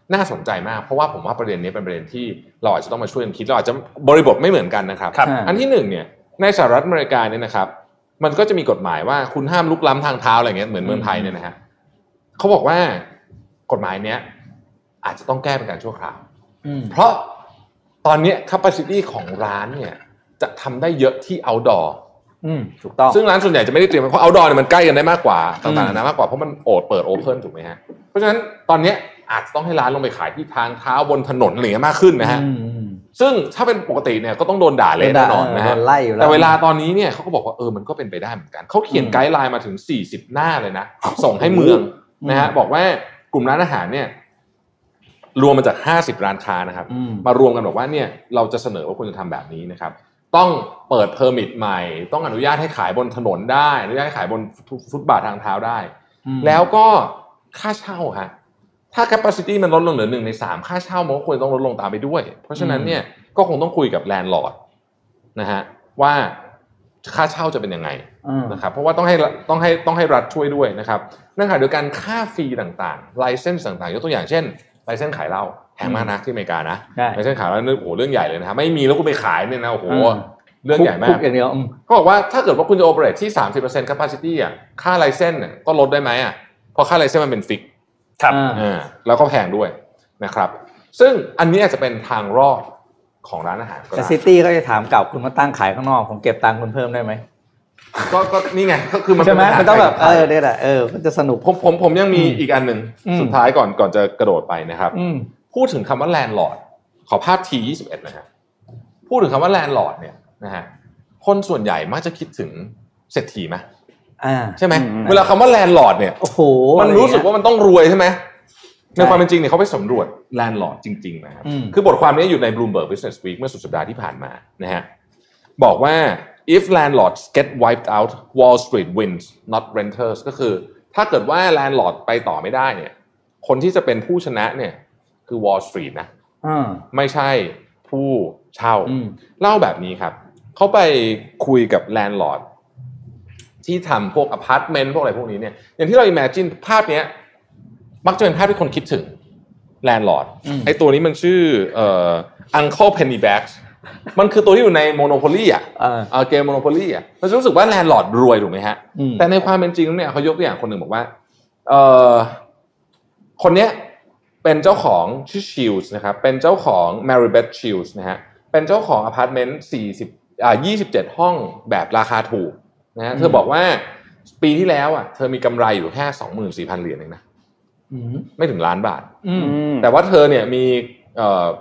น่าสนใจมากเพราะว่าผมว่าประเด็นนี้เป็นประเด็นที่เราอาจจะต้องมาช่วยกันคิดเราอาจจะบริบทไม่เหมือนกันนะครับอันที่หนึ่งเนี่ยในสหรัฐอเมริกาเนี่ยนะครับมันก็จะมีกฎหมายว่าคุณห้ามลุกล้ำทางเท้าอะไรเงี้ยเหมือนเมืองไทยเนี่ยนะฮะเขาบอกว่ากฎหมายเนี้ยอาจจะต้องแก้เป็นการชั่วคราวเพราะตอนนี้ capacity ของร้านเนี่ยจะทำได้เยอะที่ outdoor ถูกต้องซึ่งร้านส่วนใหญ่จะไม่ได้เตรียมเพราะ outdoor เนี่ยมันใกล้กันได้มากกว่าต่างๆนะมากกว่าเพราะมันโอดเปิด open ถูกไหมฮะเพราะฉะนั้นตอนนี้อาจจะต้องให้ร้านลงไปขายที่ทางเท้าบนถนนอะไรเงี้ยมากขึ้นนะฮะซึ่งถ้าเป็นปกติเนี่ยก็ต้องโดนด่าเละแน่นอนนะฮะแต่เวลาตอนนี้เนี่ยเขาก็บอกว่าเออมันก็เป็นไปได้เหมือนกันเขาเขียนไกด์ไลน์มาถึงสี่สิบหน้าเลยนะส่งให้เมืองนะฮะบอกว่ากลุ่มร้านอาหารเนี่ยรวมมาจากห้าสิบร้านค้านะครับมารวมกันบอกว่าเนี่ยเราจะเสนอว่าคุณจะทำแบบนี้นะครับต้องเปิดเพอร์มิทใหม่ต้องอนุญาตให้ขายบนถนนได้อนุญาตให้ขายบนฟุตบาททางเท้าได้แล้วก็ค่าเช่าฮะถ้า capacity มันลดลงเหลือหนึ่งในสามค่าเช่ามันก็ควรต้องลดลงตามไปด้วยเพราะฉะนั้นเนี่ยก็คงต้องคุยกับแลนด์ลอร์ดนะฮะว่าค่าเช่าจะเป็นยังไงนะครับเพราะว่าต้องให้ต้องให้ต้องให้รัฐช่วยด้วยนะครับนั่นค่ะโดยการค่าฟรีต่างๆไลเซนส์ต่างๆยกตัวอย่างเช่นไลเซนส์ขายเหล้าแพงมากนะที่อเมริกานะไลเซนส์ขายเหล้านี่โอ้โหเรื่องใหญ่เลยนะครับไม่มีแล้วคุณไปขายเนี่ยนะโอ้โหเรื่องใหญ่มากเขาบอกว่าถ้าเกิดว่าคุณจะโอเปเรทที่ สามสิบเปอร์เซ็นต์ capacity อ่ะค่าไลเซนส์เนี่ยก็ลดได้ไหมอ่ะเพราะค่าไลเซนส์มันเป็นฟิกครับอ่าแล้วก็แพงด้วยนะครับซึ่งอันนี้อาจจะเป็นทางรอดของร้านอาหารก็ได้แต่ซิตี้ก็จะถามกลับคุณมาตั้งขายข้างนอกผมเก็บตังค์คุณเพิ่มได้ไหมก็ก็นี่ไงก็คือมันใช่ไหมมันต้องแบบเออเนี่ยแหละเออมันจะสนุกผมผมผมยังมีอีกอันหนึ่งสุดท้ายก่อนก่อนจะกระโดดไปนะครับพูดถึงคำว่าแลนด์ลอร์ดขอภาพ ที ยี่สิบเอ็ด นะฮะพูดถึงคำว่าแลนด์ลอร์ดเนี่ยนะฮะคนส่วนใหญ่มักจะคิดถึงเศรษฐีไหมใช่ไหมเวลาคำว่าแลนด์ลอร์ดเนี่ยโอ้โหมันรู้สึกว่ามันต้องรวยใช่ไหมในความเป็นจริงเนี่ยเขาไปสำรวจแลนด์ลอร์ดจริงๆนะครับคือบทความนี้อยู่ใน Bloomberg Business Week เมื่อสุดสัปดาห์ที่ผ่านมานะฮะบอกว่า if landlords get wiped out Wall Street wins not renters ก็คือถ้าเกิดว่า landlord ไปต่อไม่ได้เนี่ยคนที่จะเป็นผู้ชนะเนี่ยคือ Wall Street นะไม่ใช่ผู้เช่าเล่าแบบนี้ครับเขาไปคุยกับ landlord ที่ทำพวกอพาร์ตเมนต์พวกอะไรพวกนี้เนี่ยอย่างที่เรา imagine ภาพเนี้ยมักจะเป็นภาพที่คนคิดถึง landlord ไอ้ตัวนี้มันชื่อเอ่อ Uncle Pennybags มันคือตัวที่อยู่ใน Monopoly อ่ะเออเกม Monopoly อ่ะเราจะรู้สึกว่า landlord รวยถูกไหมฮะแต่ในความเป็นจริงเนี่ยเขายกตัวอย่างคนหนึ่งบอกว่าเอ่อคนเนี้ยเป็นเจ้าของชื่อ Shields นะครับเป็นเจ้าของ Maribeth Shields นะฮะเป็นเจ้าของอพาร์ตเมนต์สี่สิบอ่ายี่สิบเจ็ดห้องแบบราคาถูกนะฮะเธอบอกว่าปีที่แล้วอ่ะเธอมีกำไรอยู่แค่ สองหมื่นสี่พัน เหรียญเองนะไม่ถึงล้านบาทแต่ว่าเธอเนี่ยมีเอ่อ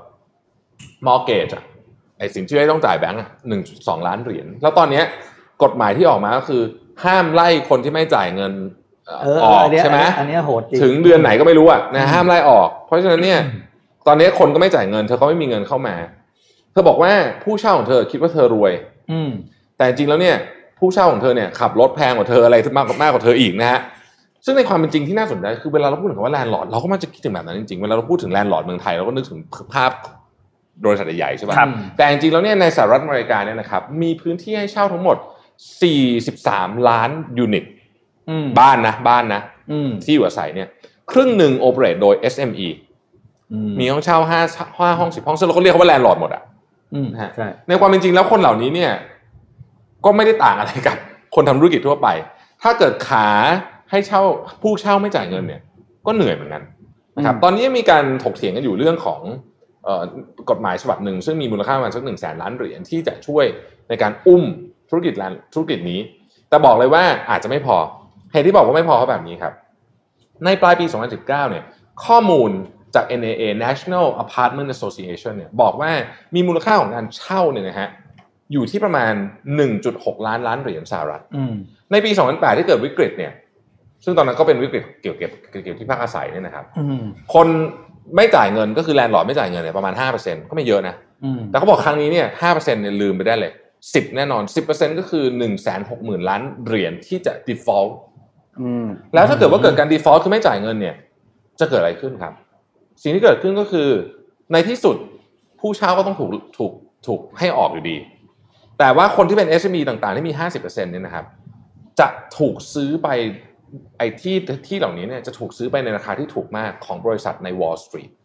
mortgage อ่ะไอ้สินเชื่อที่ต้องจ่ายแบงก์อ่ะ หนึ่งจุดสอง ล้านเหรียญแล้วตอนนี้กฎหมายที่ออกมาก็คือห้ามไล่คนที่ไม่จ่ายเงินออกใช่ไหมอันนี้โหดจริงถึงเดือนไหนก็ไม่รู้อ่ะนะห้ามไล่ออกเพราะฉะนั้นเนี่ยตอนนี้คนก็ไม่จ่ายเงินเธอก็ไม่มีเงินเข้ามาเธอบอกว่าผู้เช่าของเธอคิดว่าเธอรวยแต่จริงแล้วเนี่ยผู้เช่าของเธอเนี่ยขับรถแพงกว่าเธออะไรมากกว่ามากกว่าเธออีกนะฮะซึ่งในความเป็นจริงที่น่าสนใจคือเวลาเราพูดถึงคำว่าแลนด์ลอร์ดเราก็มักจะคิดถึงแบบนั้นจริงๆเวลาเราพูดถึงแลนด์ลอร์ดเมืองไทยเราก็นึกถึงภาพบริษัทใหญ่ๆใช่ป่ะแต่จริงๆแล้วเนี่ยในสหรัฐอเมริกาเนี่ยนะครับมีพื้นที่ให้เช่าทั้งหมดสี่สิบสามล้านยูนิตบ้านนะบ้านนะที่อยู่อาศัยเนี่ยครึ่งหนึ่งโอเปเรตโดย เอส เอ็ม อี มีห้องเช่าห้าห้าห้องสิบห้องซึ่งเราก็เรียกเขาว่าแลนด์ลอร์ดหมดอ่ะในความเป็นจริงแล้วคนเหล่านี้เนี่ยก็ไม่ได้ต่างอะไรกับคนทำธุรกิจทั่วไปถ้าเกิดขาให้เช่าผู้เช่าไม่จ่ายเงินเนี่ยก็เหนื่อยเหมือนกันนะครับตอนนี้มีการถกเถียงกันอยู่เรื่องของเอ่อกฎหมายฉบับหนึ่งซึ่งมีมูลค่าประมาณสักหนึ่งแสนล้านเหรียญที่จะช่วยในการอุ้มธุรกิจแลนด์ธุรกิจนี้แต่บอกเลยว่าอาจจะไม่พอเหตุที่บอกว่าไม่พอเพราะแบบนี้ครับในปลายปีสองพันสิบเก้าเนี่ยข้อมูลจาก เอ็น เอ เอ National Apartment Association เนี่ยบอกว่ามีมูลค่าของการเช่าเนี่ยนะฮะอยู่ที่ประมาณ หนึ่งจุดหก ล้านล้านเหรียญสหรัฐในปีสองพันแปดที่เกิดวิกฤตเนี่ยซึ่งตอนนั้นก็เป็นวิกฤตเกี่ยวกับเกี่ยวกับที่พักอาศัยเนี่ยนะครับคนไม่จ่ายเงินก็คือแลนด์ลอร์ดไม่จ่ายเงินเนี่ยประมาณ ห้าเปอร์เซ็นต์ ก็ไม่เยอะนะแต่เขาบอกครั้งนี้เนี่ย ห้าเปอร์เซ็นต์ เนี่ยลืมไปได้เลยสิบแน่นอน สิบเปอร์เซ็นต์ ก็คือ หนึ่งแสนหกหมื่น ล้านเหรียญที่จะ default แล้วถ้าเกิดว่าเกิดการ default คือไม่จ่ายเงินเนี่ยจะเกิดอะไรขึ้นครับสิ่งที่เกิดขึ้นก็คือในที่สุดผู้เช่าก็ต้องถูกถูกถูกให้ออกอยู่ดีแต่ว่าคนที่เป็น เอส เอ็ม อี ต่างๆที่มี ห้าสิบเปอร์เซ็นต์ เนี่ยนะครับจะถูกซื้อไปไอ้ที่ที่เหล่านี้เนี่ยจะถูกซื้อไปในราคาที่ถูกมากของบริษัทใน Wall Street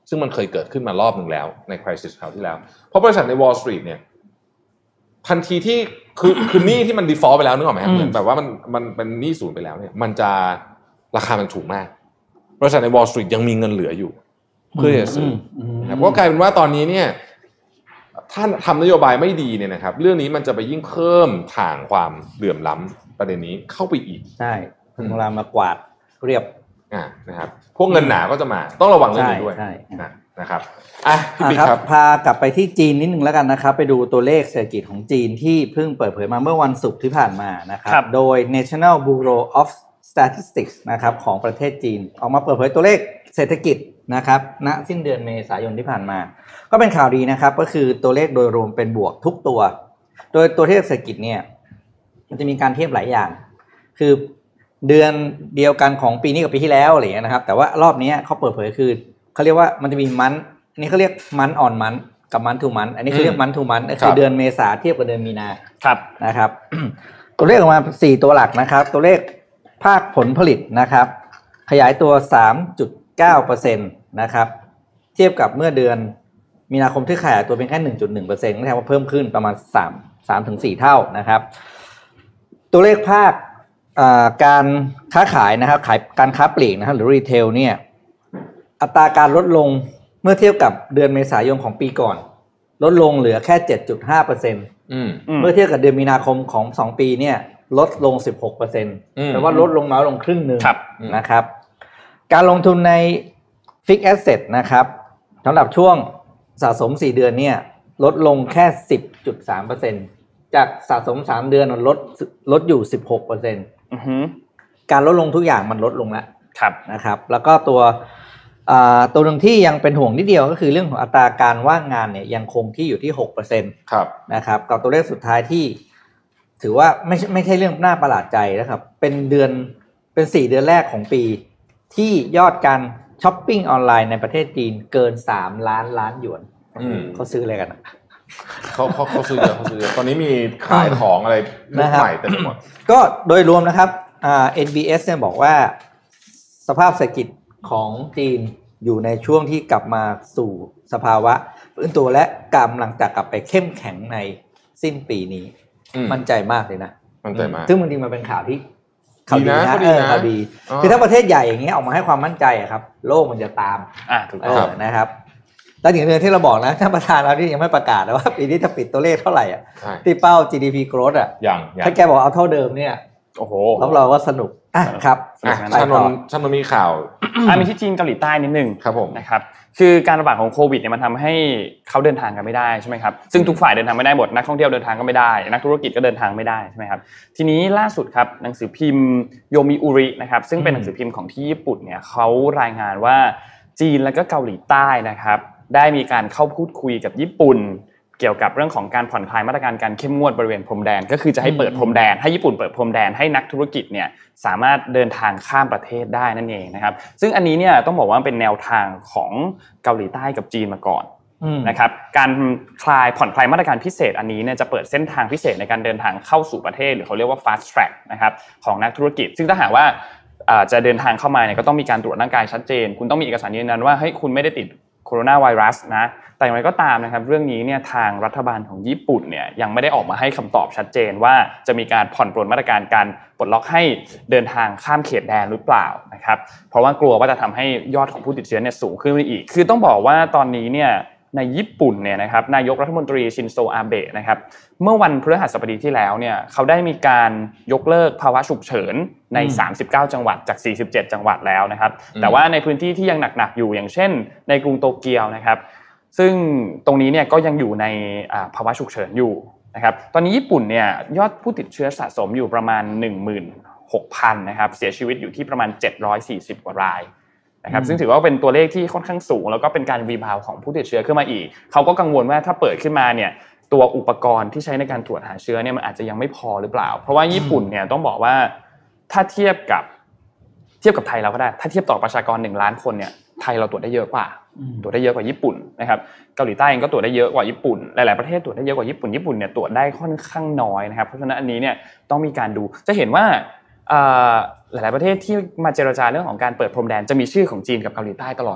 ซึ่งมันเคยเกิดขึ้นมารอบหนึ่งแล้วใน crisis คราวที่แล้วเพราะบริษัทใน Wall Street เนี่ยทันทีที่คือคือหนี้ที่มัน default ไปแล้วนึกออกไหมเหมือนแบบว่ามันมันเป็นหนี้ศูนย์ไปแล้วเนี่ยมันจะราคามันถูกมากบริษัทใน Wall Street ยังมีเงินเหลืออยู่เพื่อจะซื้อนะครับก็กลายเป็นว่าตอนนี้เนี่ยถ้าทำนโยบายไม่ดีเนี่ยนะครับเรื่องนี้มันจะไปยิ่งเพิ่มทางความเหลื่อมล้ำประเด็นนี้เข้าไปอีกใช่ถึงเวลามากวาดเรียบอ่านะครับพวกเงินหนาก็จะมาต้องระวังเรื่องนี้ด้วยนะครับอ่ะพี่ปิ๊กครับพากลับไปที่จีนนิดนึงแล้วกันนะครับไปดูตัวเลขเศรษฐกิจของจีนที่เพิ่งเปิดเผยมาเมื่อวันศุกร์ที่ผ่านมานะครับโดย National Bureau of Statistics นะครับของประเทศจีนออกมาเปิดเผยตัวเลขเศรษฐกิจนะครับณสิ้นเดือนเมษายนที่ผ่านมาก็เป็นข่าวดีนะครับก็คือตัวเลขโดยรวมเป็นบวกทุกตัวโดยตัวเลขเศรษฐกิจเนี่ยมันจะมีการเทียบหลายอย่างคือเดือนเดียวกันของปีนี้กับปีที่แล้วอะไรอย่างเงี้ยนะครับแต่ว่ารอบนี้เขาเปิดเผยคือเขาเรียกว่ามันจะมีมันอันนี้เขาเรียกมันออนมันกับมันทูมันอันนี้เขาเรียกมันทูมันก็คือเดือนเมษาเทียบกับเดือนมีนาครับนะครับ ตัวเลขออกมาสี่ตัวหลักนะครับตัวเลขภาคผลผลิตนะครับขยายตัว สามจุดเก้าเปอร์เซ็นต์ นะครับเทียบกับเมื่อเดือนมีนาคมที่ขยายตัวเป็นแค่ หนึ่งจุดหนึ่งเปอร์เซ็นต์ ก็แสดงว่าเพิ่มขึ้นประมาณสาม สามถึงสี่เท่านะครับตัวเลขภาคการค้าขายนะครับขายการค้าปลีกนะครับหรือรีเทลเนี่ยอัตราการลดลงเมื่อเทียบกับเดือนเมษายนของปีก่อนลดลงเหลือแค่ เจ็ดจุดห้าเปอร์เซ็นต์ อืมเมื่อเทียบกับเดือนมีนาคมของสองปีเนี่ยลดลง สิบหกเปอร์เซ็นต์ แปลว่าลดลงน้อยลงครึ่งนึงนะครับการลงทุนใน Fixed Asset นะครับสำหรับช่วงสะสมสี่เดือนเนี่ยลดลงแค่ สิบจุดสามเปอร์เซ็นต์ จากสะสมสามเดือนลดลดอยู่ สิบหกเปอร์เซ็นต์ อือฮึการลดลงทุกอย่างมันลดลงแล้วครับนะครับแล้วก็ตัวอ่าตัวนึงที่ยังเป็นห่วงนิดเดียวก็คือเรื่องของอัตราการว่างงานเนี่ยยังคงที่อยู่ที่ หกเปอร์เซ็นต์ครับนะครับกับตัวเลขสุดท้ายที่ถือว่าไม่ไม่ใช่เรื่องน่าประหลาดใจนะครับเป็นเดือนเป็นสี่เดือนแรกของปีที่ยอดการช้อปปิ้งออนไลน์ในประเทศจีนเกินสามล้านล้านหยวนเขาซื้ออะไรกันเขาเขาเขาซื้อเยอะเขาซื้อเยอะตอนนี้มีขายของอะไรใหม่เต็มไปหมดก็โดยรวมนะครับอ่า เอ็น บี เอส เนี่ยบอกว่าสภาพเศรษฐกิจของจีนอยู่ในช่วงที่กลับมาสู่สภาวะฟื้นตัวและกำลังจะกลับไปเข้มแข็งในสิ้นปีนี้มั่นใจมากเลยนะมั่นใจมากซึ่งจริงๆมันเป็นข่าวที่ข่าวดีนะเออข่าวดีคือถ้าประเทศใหญ่อย่างเงี้ยออกมาให้ความมั่นใจอะครับโลกมันจะตามอ่าถูกต้องนะครับแล้วอย่างเรื่องที่เราบอกนะท่านประธานเราที่ยังไม่ประกาศว่าปีนี้จะปิดตัวเลขเท่าไหร่อ่ะที่เป้า จี ดี พี growth อ่ะอย่างถ้าแกบอกเอาเท่าเดิมเนี่ยโอ้โหรับรองว่าสนุกอ่ะครับชานนชานนมีข่าวอ่ะมีที่จีนเกาหลีใต้นิดนึงครับผมนะครับคือการระบาดของโควิดเนี่ยมันทำให้เขาเดินทางกันไม่ได้ใช่ไหมครับซึ่งทุกฝ่ายเดินทางไม่ได้หมดนักท่องเที่ยวเดินทางก็ไม่ได้นักธุรกิจก็เดินทางไม่ได้ใช่ไหมครับทีนี้ล่าสุดครับหนังสือพิมพ์โยมิอุรินะครับซึ่งเป็นหนังสือพิมพ์ของที่ญี่ปุ่นเนี่ยเขารายงานว่าจีนแล้วก็เกาหลีใต้นะครับได้มีการเข้าพูดคุยกับญี่ปุ่นเกี่ยวกับเรื่องของการผ่อนคลายมาตรการการเข้มงวดบริเวณพรมแดนก็คือจะให้เปิดพรมแดนให้ญี่ปุ่นเปิดพรมแดนให้นักธุรกิจเนี่ยสามารถเดินทางข้ามประเทศได้นั่นเองนะครับซึ่งอันนี้เนี่ยต้องบอกว่าเป็นแนวทางของเกาหลีใต้กับจีนมาก่อนนะครับการคลายผ่อนคลายมาตรการพิเศษอันนี้เนี่ยจะเปิดเส้นทางพิเศษในการเดินทางเข้าสู่ประเทศหรือเขาเรียกว่า fast track นะครับของนักธุรกิจซึ่งถ้าหากว่าจะเดินทางเข้ามาเนี่ยก็ต้องมีการตรวจร่างกายชัดเจนคุณต้องมีเอกสารยืนยันว่าเฮ้ยคุณไม่ได้ติดโคโรนาไวรัสนะแต่อย่างไรก็ตามนะครับเรื่องนี้เนี่ยทางรัฐบาลของญี่ปุ่นเนี่ยยังไม่ได้ออกมาให้คำตอบชัดเจนว่าจะมีการผ่อนปรนมาตรการการปลดล็อกให้เดินทางข้ามเขตแดนหรือเปล่านะครับเพราะว่ากลัวว่าจะทำให้ยอดของผู้ติดเชื้อเนี่ยสูงขึ้นไปอีกคือต้องบอกว่าตอนนี้เนี่ยในญี่ปุ่นเนี่ยนะครับนายกรัฐมนตรีชินโซอาเบะนะครับเมื่อวันพฤหัสบดีที่แล้วเนี่ยเขาได้มีการยกเลิกภาวะฉุกเฉินในสามสิบเก้าจังหวัดจากสี่สิบเจ็ดจังหวัดแล้วนะครับแต่ว่าในพื้นที่ที่ยังหนักๆอยู่อย่างเช่นในกรุงโตเกียวนะครับซึ่งตรงนี้เนี่ยก็ยังอยู่ในภาวะฉุกเฉินอยู่นะครับตอนนี้ญี่ปุ่นเนี่ยยอดผู้ติดเชื้อสะสมอยู่ประมาณ หนึ่งหมื่นหกพัน นะครับเสียชีวิตอยู่ที่ประมาณเจ็ดร้อยสี่สิบกว่ารายนะครับซึ่งถือว่าเป็นตัวเลขที่ค่อนข้างสูงแล้วก็เป็นการรีบาวของผู้ติดเชื้อขึ้นมาอีกเขาก็กังวลว่าถ้าเปิดขึ้นมาเนี่ยตัวอุปกรณ์ที่ใช้ในการตรวจหาเชื้อเนี่ยมันอาจจะยังไม่พอหรือเปล่าเพราะว่าญี่ปุ่นเนี่ยต้องบอกว่าถ้าเทียบกับเทียบกับไทยเราก็ได้ถ้าเทียบต่อประชากรหนึ่งล้านคนเนี่ยไทยเราตรวจได้เยอะกว่าตรวจได้เยอะกว่าญี่ปุ่นนะครับเกาหลีใต้เองก็ตรวจได้เยอะกว่าญี่ปุ่นหลายๆประเทศตรวจได้เยอะกว่าญี่ปุ่นญี่ปุ่นเนี่ยตรวจได้ค่อนข้างน้อยนะครับเพราะฉะนั้นอันนี้เนี่ยต้องมีการดูจะเห็นว่าหลายๆประเทศที่มาเจรจาเรื่องของการเปิดพรมแดนจะมีชื่อของจีนกับเกาหลีใต้ตลอดเลย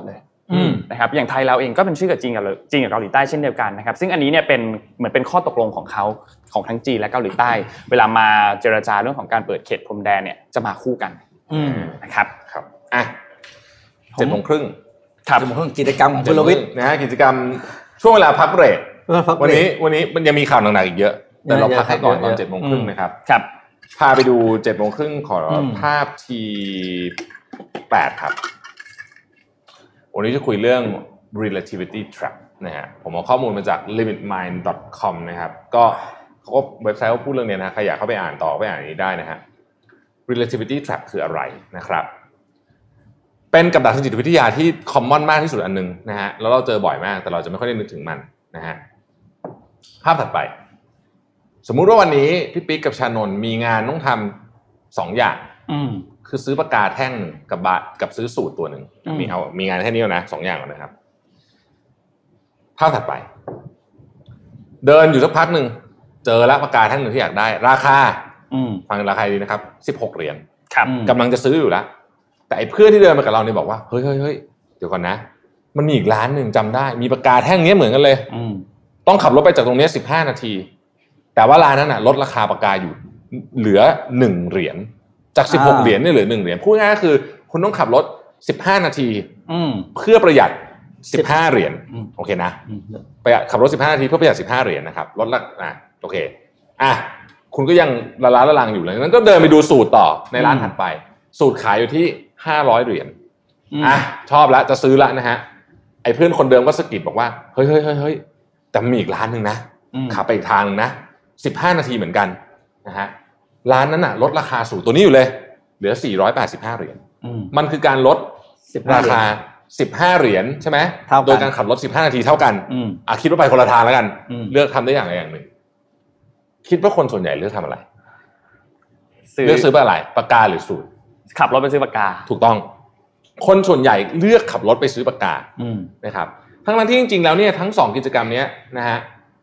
นะครับอย่างไทยเราเองก็เป็นชื่อกับจีนกับจีนกับเกาหลีใต้เช่นเดียวกันนะครับซึ่งอันนี้เนี่ยเป็นเหมือนเป็นข้อตกลงของเขาของทั้งจีนและเกาหลีใต้เวลามาเจรจาเรื่องของการเปิดเขตพรมแดนเนี่ยจะมาคู่กันนะครับครับอ่ะเจ็ดโมงครึ่งครับกิจกรรมของคุณรวิทย์นะฮะกิจกรรมช่วงเวลาพักเบรกวันนี้วันนี้มันยังมีข่าวหนักๆอีกเยอะแต่เราพักให้ก่อนตอนเจ็ดโมงครึ่งนะครับครับพาไปดูเจ็ดโมงครึ่งขอภาพทีแปดครับวันนี้จะคุยเรื่อง relativity trap นะฮะผมเอาข้อมูลมาจาก ลิมิตมายด์ ดอท คอม นะครับก็เขาก็เว็บไซต์เขาพูดเรื่องนี้นะใครอยากเข้าไปอ่านต่อไปอ่านนี้ได้นะฮะ relativity trap คืออะไรนะครับเป็นกับดักทางจิตวิทยาที่คอมมอนมากที่สุดอันนึงนะฮะแล้วเราเจอบ่อยมากแต่เราจะไม่ค่อยได้นึกถึงมันนะฮะภาพถัดไปสมมุติว่าวันนี้พี่ปิ๊กกับชานนท์มีงานต้องทำสองอย่างคือซื้อปากกาแท่งกับบะกับซื้อสูตรตัวหนึ่งมีเอามีงานแค่นี้นะสองอย่างก่อนนะครับภาพถัดไปเดินอยู่สักพักหนึ่งเจอแล้วปากกาแท่งหนึ่งที่อยากได้ราคาฟังราคาดีนะครับสิบหกเหรียญกำลังจะซื้ออยู่แล้วแต่ไอ้เพื่อนที่เดินมากับเราเนี่ยบอกว่าเฮ้ยเฮ้ยเฮ้ยเดี๋ยวก่อนนะมันมีอีกร้านหนึ่งจำได้มีปากกาแท่งนี้เหมือนกันเลยต้องขับรถไปจากตรงนี้สิบห้านาทีแต่ว่าร้านนั้นน่ะลดราคาปากกาอยู่เหลือหนึ่งเหรียญจากสิบหกเหรียญนี่เหลือหนึ่งเหรียญพูดง่ายๆคือคุณต้องขับรถสิบห้านาทีเพื่อประหยัดสิบห้าเหรียญโอเคนะประหยัดขับรถสิบห้านาทีเพื่อประหยัดสิบห้าเหรียญนะครับลดละอ่ะโอเคอ่ะคุณก็ยังละล้าละลังอยู่เลยงั้นก็เดินไปดูสูตรต่อในร้านถัดไปสูตรขายอยู่ที่ห้าร้อยเหรียญอ่ะชอบแล้วจะซื้อละนะฮะไอ้เพื่อนคนเดิมก็สะกิดบอกว่าเฮ้ยเฮ้ยเฮ้ยแต่มีอีกร้านนึงนะขับไปอีกทางนึงนะสิบห้านาทีเหมือนกันนะฮะร้านนั้นน่ะลดราคาสูตรตัวนี้อยู่เลยเหลือสี่ร้อยแปดสิบห้าเหรียญมันคือการลดราคาสิบห้าเหรียญใช่ไหมโดยการขับรถสิบห้านาทีเท่ากันอ่ะคิดว่าไปคนละทางแล้วกันเลือกทำได้อย่างใดอย่างหนึ่งคิดว่าคนส่วนใหญ่เลือกทำอะไรเลือกซื้ออะไรปากกาหรือสูตรขับรถไปซื้อปากกาถูกต้องคนส่วนใหญ่เลือกขับรถไปซื้อปากกานะครับทั้งนั้นที่จริงๆแล้วเนี่ยทั้งสองกิจกรรมนี้นะฮะ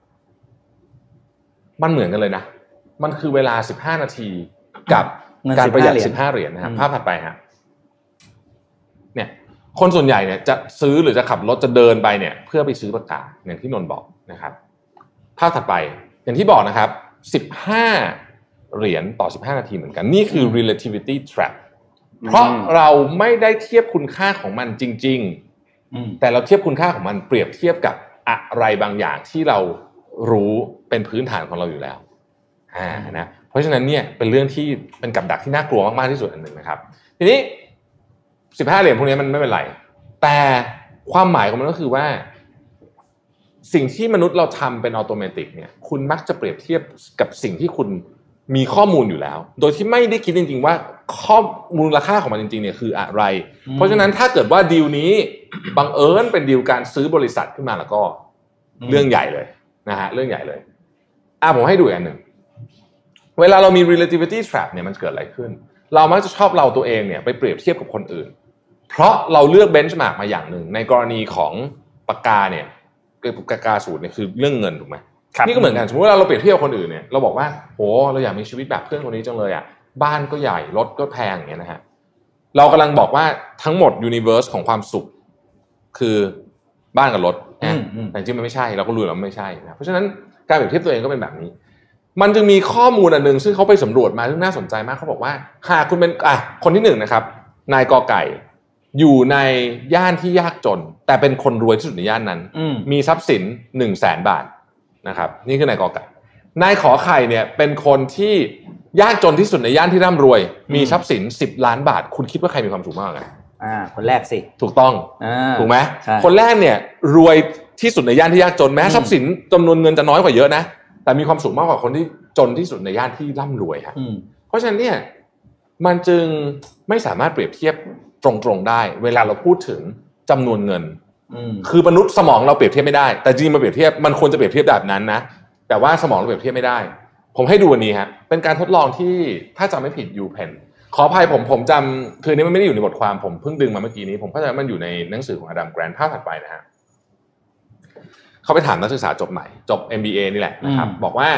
มันเหมือนกันเลยนะมันคือเวลาสิบห้านาทีกับการประหยัดสิบห้าเหรียญนะครับภาพถัดไปฮะเนี่ยคนส่วนใหญ่เนี่ยจะซื้อหรือจะขับรถจะเดินไปเนี่ยเพื่อไปซื้อปากกาอย่างที่นนท์บอกนะครับภาพถัดไปอย่างที่บอกนะครับสิบห้าเหรียญต่อสิบห้านาทีเหมือนกันนี่คือ relativity trap เพราะเราไม่ได้เทียบคุณค่าของมันจริงๆแต่เราเทียบคุณค่าของมันเปรียบเทียบกับอะไรบางอย่างที่เรารู้เป็นพื้นฐานของเราอยู่แล้วอ่านะเพราะฉะนั้นเนี่ยเป็นเรื่องที่เป็นกับดักที่น่ากลัวมากๆที่สุดอันหนึ่งนะครับทีนี้สิบห้าเหรียญพวกนี้มันไม่เป็นไรแต่ความหมายของมันก็คือว่าสิ่งที่มนุษย์เราทำเป็นอัตโนมัติเนี่ยคุณมักจะเปรียบเทียบกับสิ่งที่คุณมีข้อมูลอยู่แล้วโดยที่ไม่ได้คิดจริงๆว่าข้อมูลค่าของมันจริงๆเนี่ยคืออะไรเพราะฉะนั้นถ้าเกิดว่าดีลนี้บังเอิญเป็นดีลการซื้อบริษัทขึ้นมาแล้วก็เรื่องใหญ่เลยนะฮะเรื่องใหญ่เลยอ่ะผมให้ดูอันหนึ่งเวลาเรามี relativity trap เนี่ยมันเกิดอะไรขึ้นเรามักจะชอบเราตัวเองเนี่ยไปเปรียบเทียบกับคนอื่นเพราะเราเลือก benchmark มาอย่างหนึ่งในกรณีของปากกาเนี่ยปากกาสูตรเนี่ยคือเรื่องเงินถูกไหมนี่ก็เหมือนกันสมมติว่าเราเปรียบเทียบกับคนอื่นเนี่ยเราบอกว่าโหเราอยากมีชีวิตแบบเพื่อนคนนี้จังเลยอ่ะบ้านก็ใหญ่รถก็แพงอย่างเงี้ยนะฮะเรากำลังบอกว่าทั้งหมด universe ของความสุขคือบ้านกับรถนะแต่จริงมันไม่ใช่เราก็รู้แล้วมันไม่ใช่นะเพราะฉะนั้นการเปรียบเทียบตัวเองก็เป็นแบบนี้มันจึงมีข้อมูลอันนึงซึ่งเขาไปสำรวจมาซึ่งน่าสนใจมากเขาบอกว่าหากคุณเป็นอ่ะคนที่หนึ่งนะครับนายกอไก่อยู่ในย่านที่ยากจนแต่เป็นคนรวยที่สุดในย่านนั้นมีทรัพย์สินหนึ่งแสนบาทนะครับนี่คือนายกอไก่นายขอไข่เนี่ยเป็นคนที่ยากจนที่สุดในย่านที่ร่ำรวยมีทรัพย์สินสิบล้านบาทคุณคิดว่าใครมีความสุขมากกว่ากันอ่าคนแรกสิถูกต้องถูกไหมคนแรกเนี่ยรวยที่สุดในย่านที่ยากจนแม้ทรัพย์สินจำนวนเงินจะน้อยกว่าเยอะนะแต่มีความสุขมากกว่าคนที่จนที่สุดในย่านที่ร่ำรวยฮะเพราะฉะนั้นเนี่ยมันจึงไม่สามารถเปรียบเทียบตรงๆได้เวลาเราพูดถึงจำนวนเงินคือมนุษย์สมองเราเปรียบเทียบไม่ได้แต่จริงมาเปรียบเทียบมันควรจะเปรียบเทียบแบบนั้นนะแต่ว่าสมองเราเปรียบเทียบไม่ได้ผมให้ดูวันนี้ฮะเป็นการทดลองที่ถ้าจำไม่ผิดยูเพนขออภัยผมผมจำคือนี้มันไม่ได้อยู่ในบทความผมเพิ่งดึงมาเมื่อกี้นี้ผมเข้าใจว่ามันอยู่ในหนังสือของอดัมแกรนท์ภาพถัดไปนะฮะเขาไปถามนักศึกษาจบใหม่จบ เอ็ม บี เอ นี่แหละนะครับบอกว่า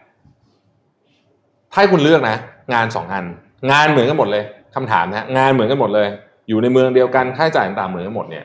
ถ้าให้คุณเลือกนะงานสองอันงานเหมือนกันหมดเลยคำถามนะงานเหมือนกันหมดเลยอยู่ในเมืองเดียวกันค่าใช้จ่ายต่างๆเหมือนกันหมดเนี่ย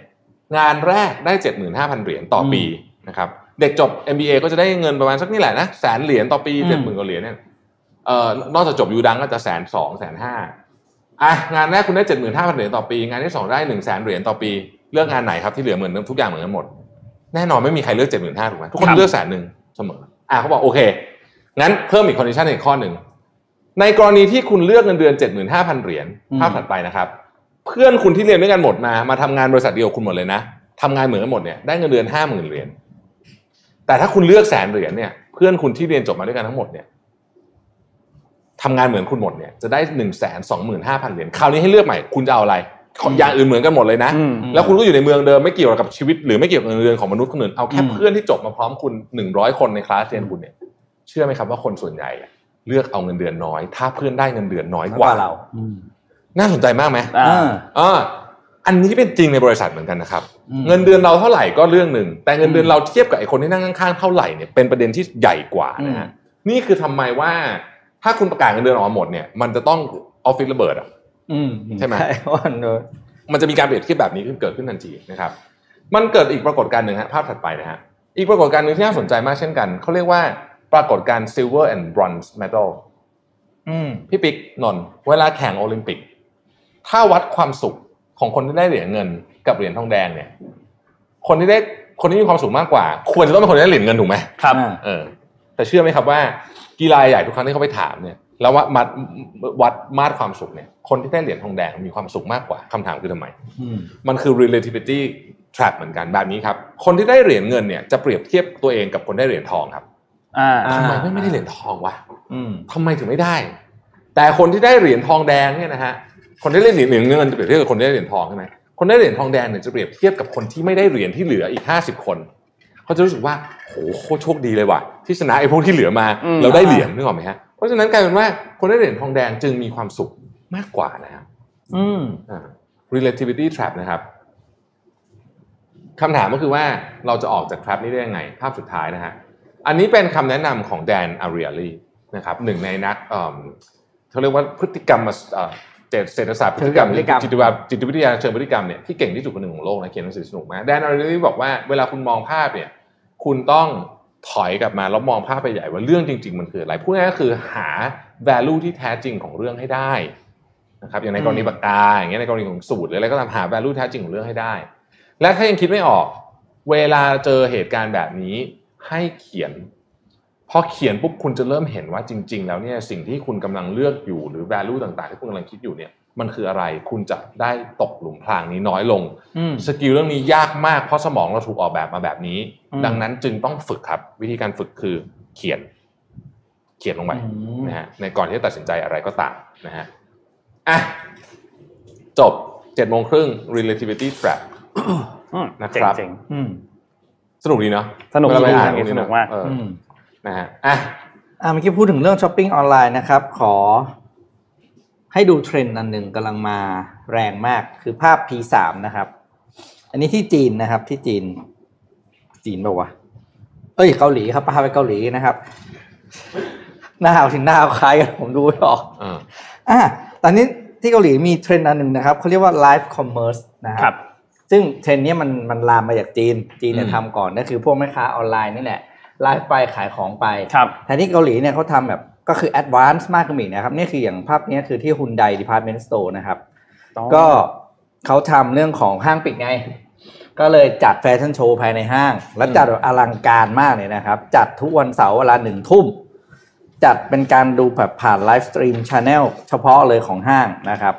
งานแรกได้ เจ็ดหมื่นห้าพัน เหรียญต่อปีนะครับเด็กจบ เอ็ม บี เอ ก็จะได้เงินประมาณสักนี่แหละนะแสนเหรียญต่อปี เจ็ดหมื่น กว่าเหรียญเนี่ยเอ่อนอกจากจบยูดังก็จะแสนสองแสนห้าอ่ะงานแรกคุณได้ เจ็ดหมื่นห้าพัน เหรียญต่อปีงานที่สองได้ หนึ่งแสน เหรียญต่อปีเลือกงานไหนครับที่เหลือเหมือนทุกอย่างเหมือนกันหมดแน่นอนไม่มีใครเลือก เจ็ดหมื่นห้าพัน ถูกไหมทุกคนเลือกแสนหนึ่งเสมออ่ะเขาบอกโอเคงั้นเพิ่มอีกคอนดิชั่นอีกข้อหนึ่งในกรณีที่คุณเลือกเงินเดือน เจ็ดหมื่นห้าพัน เหรียญภาพถัดไปนะครับเพื่อนคุณที่เรียนด้วยกันหมดมามาทำงานบริษัทเดียวคุณหมดเลยนะทำงานเหมือนกันหมดเนี่ยได้เงินเดือน ห้าหมื่น เหรียญแต่ถ้าคุณเลือกแสนเหรียญเนี่ยเพื่อนคุณที่เรียนจบมาด้วยกันทั้งหมดเนี่ยทำงานเหมือนคุณหมดเนี่ยจะได้ หนึ่งแสนสองหมื่นห้าพัน เหรียญคราวนี้ให้เลือกใหม่คุณจะเอาอะไรอย่างอื่นเหมือนกันหมดเลยนะแล้วคุณก็อยู่ในเมืองเดิมไม่เกี่ยวกับชีวิตหรือไม่เกี่ยวกับเงินเดือนของมนุษย์คนอื่นเอาแค่เพื่อนที่จบมาพร้อมคุณหนึ่งร้อยคนในคลาสเรียนคุณเนี่ยเชื่อไหมครับว่าคนส่วนใหญ่เลือกเอาเงินเดือนน้อยถ้าเพื่อนได้เงินเดือนน้อยกว่าเราน่าสนใจมากไหมอ่าอันนี้เป็นจริงในบริษัทเหมือนกันนะครับเงินเดือนเราเท่าไหร่ก็เรื่องหนึ่งแต่เงินเดือนเราเทียบกับไอ้คนที่นั่งข้างๆเท่าไหร่เนี่ยเป็นประเด็นที่ใหญ่กว่านะฮะนี่คือทำไมว่าถ้าคุณประกาศเงินเดือนออกมาหมดเนี่ยมันจะต้องออฟฟิศระเบิดอ่ะใช่ไหมมันจะมีการเปรียบเทียบแบบนี้ขึ้นเกิดขึ้นทันทีนะครับมันเกิดอีกปรากฏการณ์หนึ่งฮะภาพถัดไปนะฮะอีกปรากฏการณ์หนึ่งที่น่าสนใจมากเช่นกันเขาเรียกว่าปรากฏการณ์ silver and bronze medal พี่ปิ๊กนนท์เวลาแข่งโอลิมปิกถ้าวัดความสุขของคนที่ได้เหรียญเงินกับเหรียญทองแดงเนี่ยคนที่ได้คนที่มีความสุขมากกว่าควรจะต้องเป็นคนที่ได้เหรียญเงินถูกไหมครับเออแต่เชื่อไหมครับว่ากีฬาใหญ่ทุกครั้งที่เขาไปถามเนี่ยแล้ววัดมัดวัดมาตรความสุขเนี่ยคนที่ได้เหรียญทองแดงมีความสุขมากกว่าคำถามคือทำไมมันคือ relativity trap เหมือนกันแบบนี้ครับคนที่ได้เหรียญเงินเนี่ยจะเปรียบเทียบตัวเองกับคนได้เหรียญทองครับทำไมไม่ได้เหรียญทองวะทำไมถึงไม่ได้แต่คนที่ได้เหรียญทองแดงเนี่ยนะฮะคนที่ได้เหรียญเงินจะเปรียบเทียบกับคนได้เหรียญทองใช่ไหมคนได้เหรียญทองแดงเนี่ยจะเปรียบเทียบกับคนที่ไม่ได้เหรียญที่เหลืออีกห้าสิบคนเขาจะรู้สึกว่าโหโคตรโชคดีเลยว่ะที่ชนะไอ้พวกที่เหลือมาเราได้เหรียญนึกออกไหมฮะเพราะฉะนั้นกลายเป็นว่าคนได้เหรียญทองแดงจึงมีความสุขมากกว่านะครับอืมอ่า relativity trap นะครับคำถามก็คือว่าเราจะออกจาก trap นี้ได้ยังไงภาพสุดท้ายนะฮะอันนี้เป็นคำแนะนำของแดนอาริอาลีนะครับหนึ่งในนักเอ่อเขาเรียกว่าพฤติกรรมเศรษฐศาสตร์พฤติกรรมจิตวิทยาจิตวิทยาเชิงพฤติกรรมเนี่ยที่เก่งที่สุดคนหนึ่งของโลกนะเขียนหนังสือสนุกมากแดนอาริอาลีบอกว่าเวลาคุณมองภาพเนี่ยคุณต้องถอยกลับมาแล้วมองภาพไปใหญ่ว่าเรื่องจริงๆมันคืออะไรพูดง่ายๆก็คือหา value ที่แท้จริงของเรื่องให้ได้นะครับอย่างในกรณีปากกาอย่างเงี้ยในกรณีของสูตรหรืออะไรก็ตามหา value แท้จริงของเรื่องให้ได้และถ้ายังคิดไม่ออกเวลาเจอเหตุการณ์แบบนี้ให้เขียนพอเขียนปุ๊บคุณจะเริ่มเห็นว่าจริงๆแล้วเนี่ยสิ่งที่คุณกำลังเลือกอยู่หรือ value ต่างๆที่คุณกำลังคิดอยู่เนี่ยมันคืออะไรคุณจะได้ตกหลุมพรางนี้น้อยลงสกิลเรื่องนี้ยากมากเพราะสมองเราถูกออกแบบมาแบบนี้ดังนั้นจึงต้องฝึกครับวิธีการฝึกคือเขียนเขียนลงไปนะฮะในก่อนที่จะตัดสินใจอะไรก็ตามนะฮะอ่ะจบ เจ็ดโมงครึ่ง relativity trap นะครับสนุกดีเนาะสนุกไปอ่านสนุกมากนะฮะอ่ะอ่ะเมื่อกี้พูดถึงเรื่องช้อปปิ้งออนไลน์นะครับขอให้ดูเทรนด์อันหนึ่งกำลังมาแรงมากคือภาพ พี สาม นะครับอันนี้ที่จีนนะครับที่จีนจีนบอกว่าเอ้ยเกาหลีครับพาไปเกาหลีนะครับหน้าเอาถึงหน้าคล้ายกันผมดูไม่ออกอ่าตอนนี้ที่เกาหลีมีเทรนด์อันหนึ่งนะครับเขาเรียกว่า live commerce นะครับซึ่งเทรนด์นี้มันมันลามมาจากจีนจีนเนี่ยทำก่อนนั่นคือพวกแม่ค้าออนไลน์นี่แหละไลฟ์ไปขายของไปแต่ที่เกาหลีเนี่ยเขาทำแบบก็คือ advance มากขึ้นอีกนะครับนี่คืออย่างภาพนี้คือที่ Hyundai Department Store นะครับก็เขาทำเรื่องของห้างปิดไงก็เลยจัดแฟชั่นโชว์ภายในห้างแล้วจัดอลังการมากเลยนะครับจัดทุกวันเสาร์เวลาหนึ่งทุ่มจัดเป็นการดูแบบผ่านไลฟ์สตรีม channel เฉพาะเลยของห้างนะครับ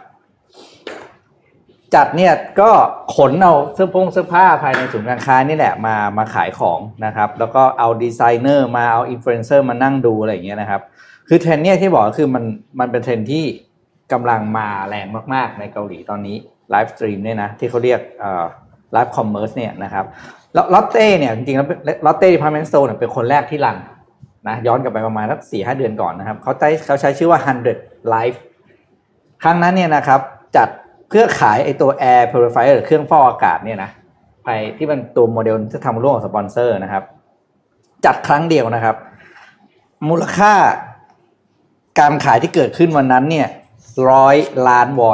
จัดเนี่ยก็ขนเอาเสื้อผงเสื้อผ้าภายในศูนย์การค้านี่แหละมามาขายของนะครับแล้วก็เอาดีไซเนอร์มาเอาอินฟลูเอนเซอร์มานั่งดูอะไรอย่างเงี้ยนะครับคือเทรนด์เนี่ยที่บอกก็คือมันมันเป็นเทรนด์ที่กำลังมาแรงมากๆในเกาหลีตอนนี้ไลฟ์สตรีมเนี่ยนะที่เขาเรียกเอ่อไลฟ์คอมเมอร์สเนี่ยนะครับแล้วลอตเต้เนี่ยจริงๆแล้วลอตเต้ดิพาร์ตเมนต์สโตร์เนี่ยเป็นคนแรกที่รันนะย้อนกลับไปประมาณสัก สี่ห้า เดือนก่อนนะครับเขาใช้เขาใช้ชื่อว่าหนึ่งร้อย Life ครั้งนั้นเนี่ยนะครับจัดเพื่อขายไอตัว Air Purifier หรือเครื่องฟอกอากาศเนี่ยนะไปที่มันตัวโมเดลที่ทำร่วมกับสปอนเซอร์นะครับจัดครั้งเดียวนะครับมูลค่าการขายที่เกิดขึ้นวันนั้นเนี่ยร้อยล้านวอน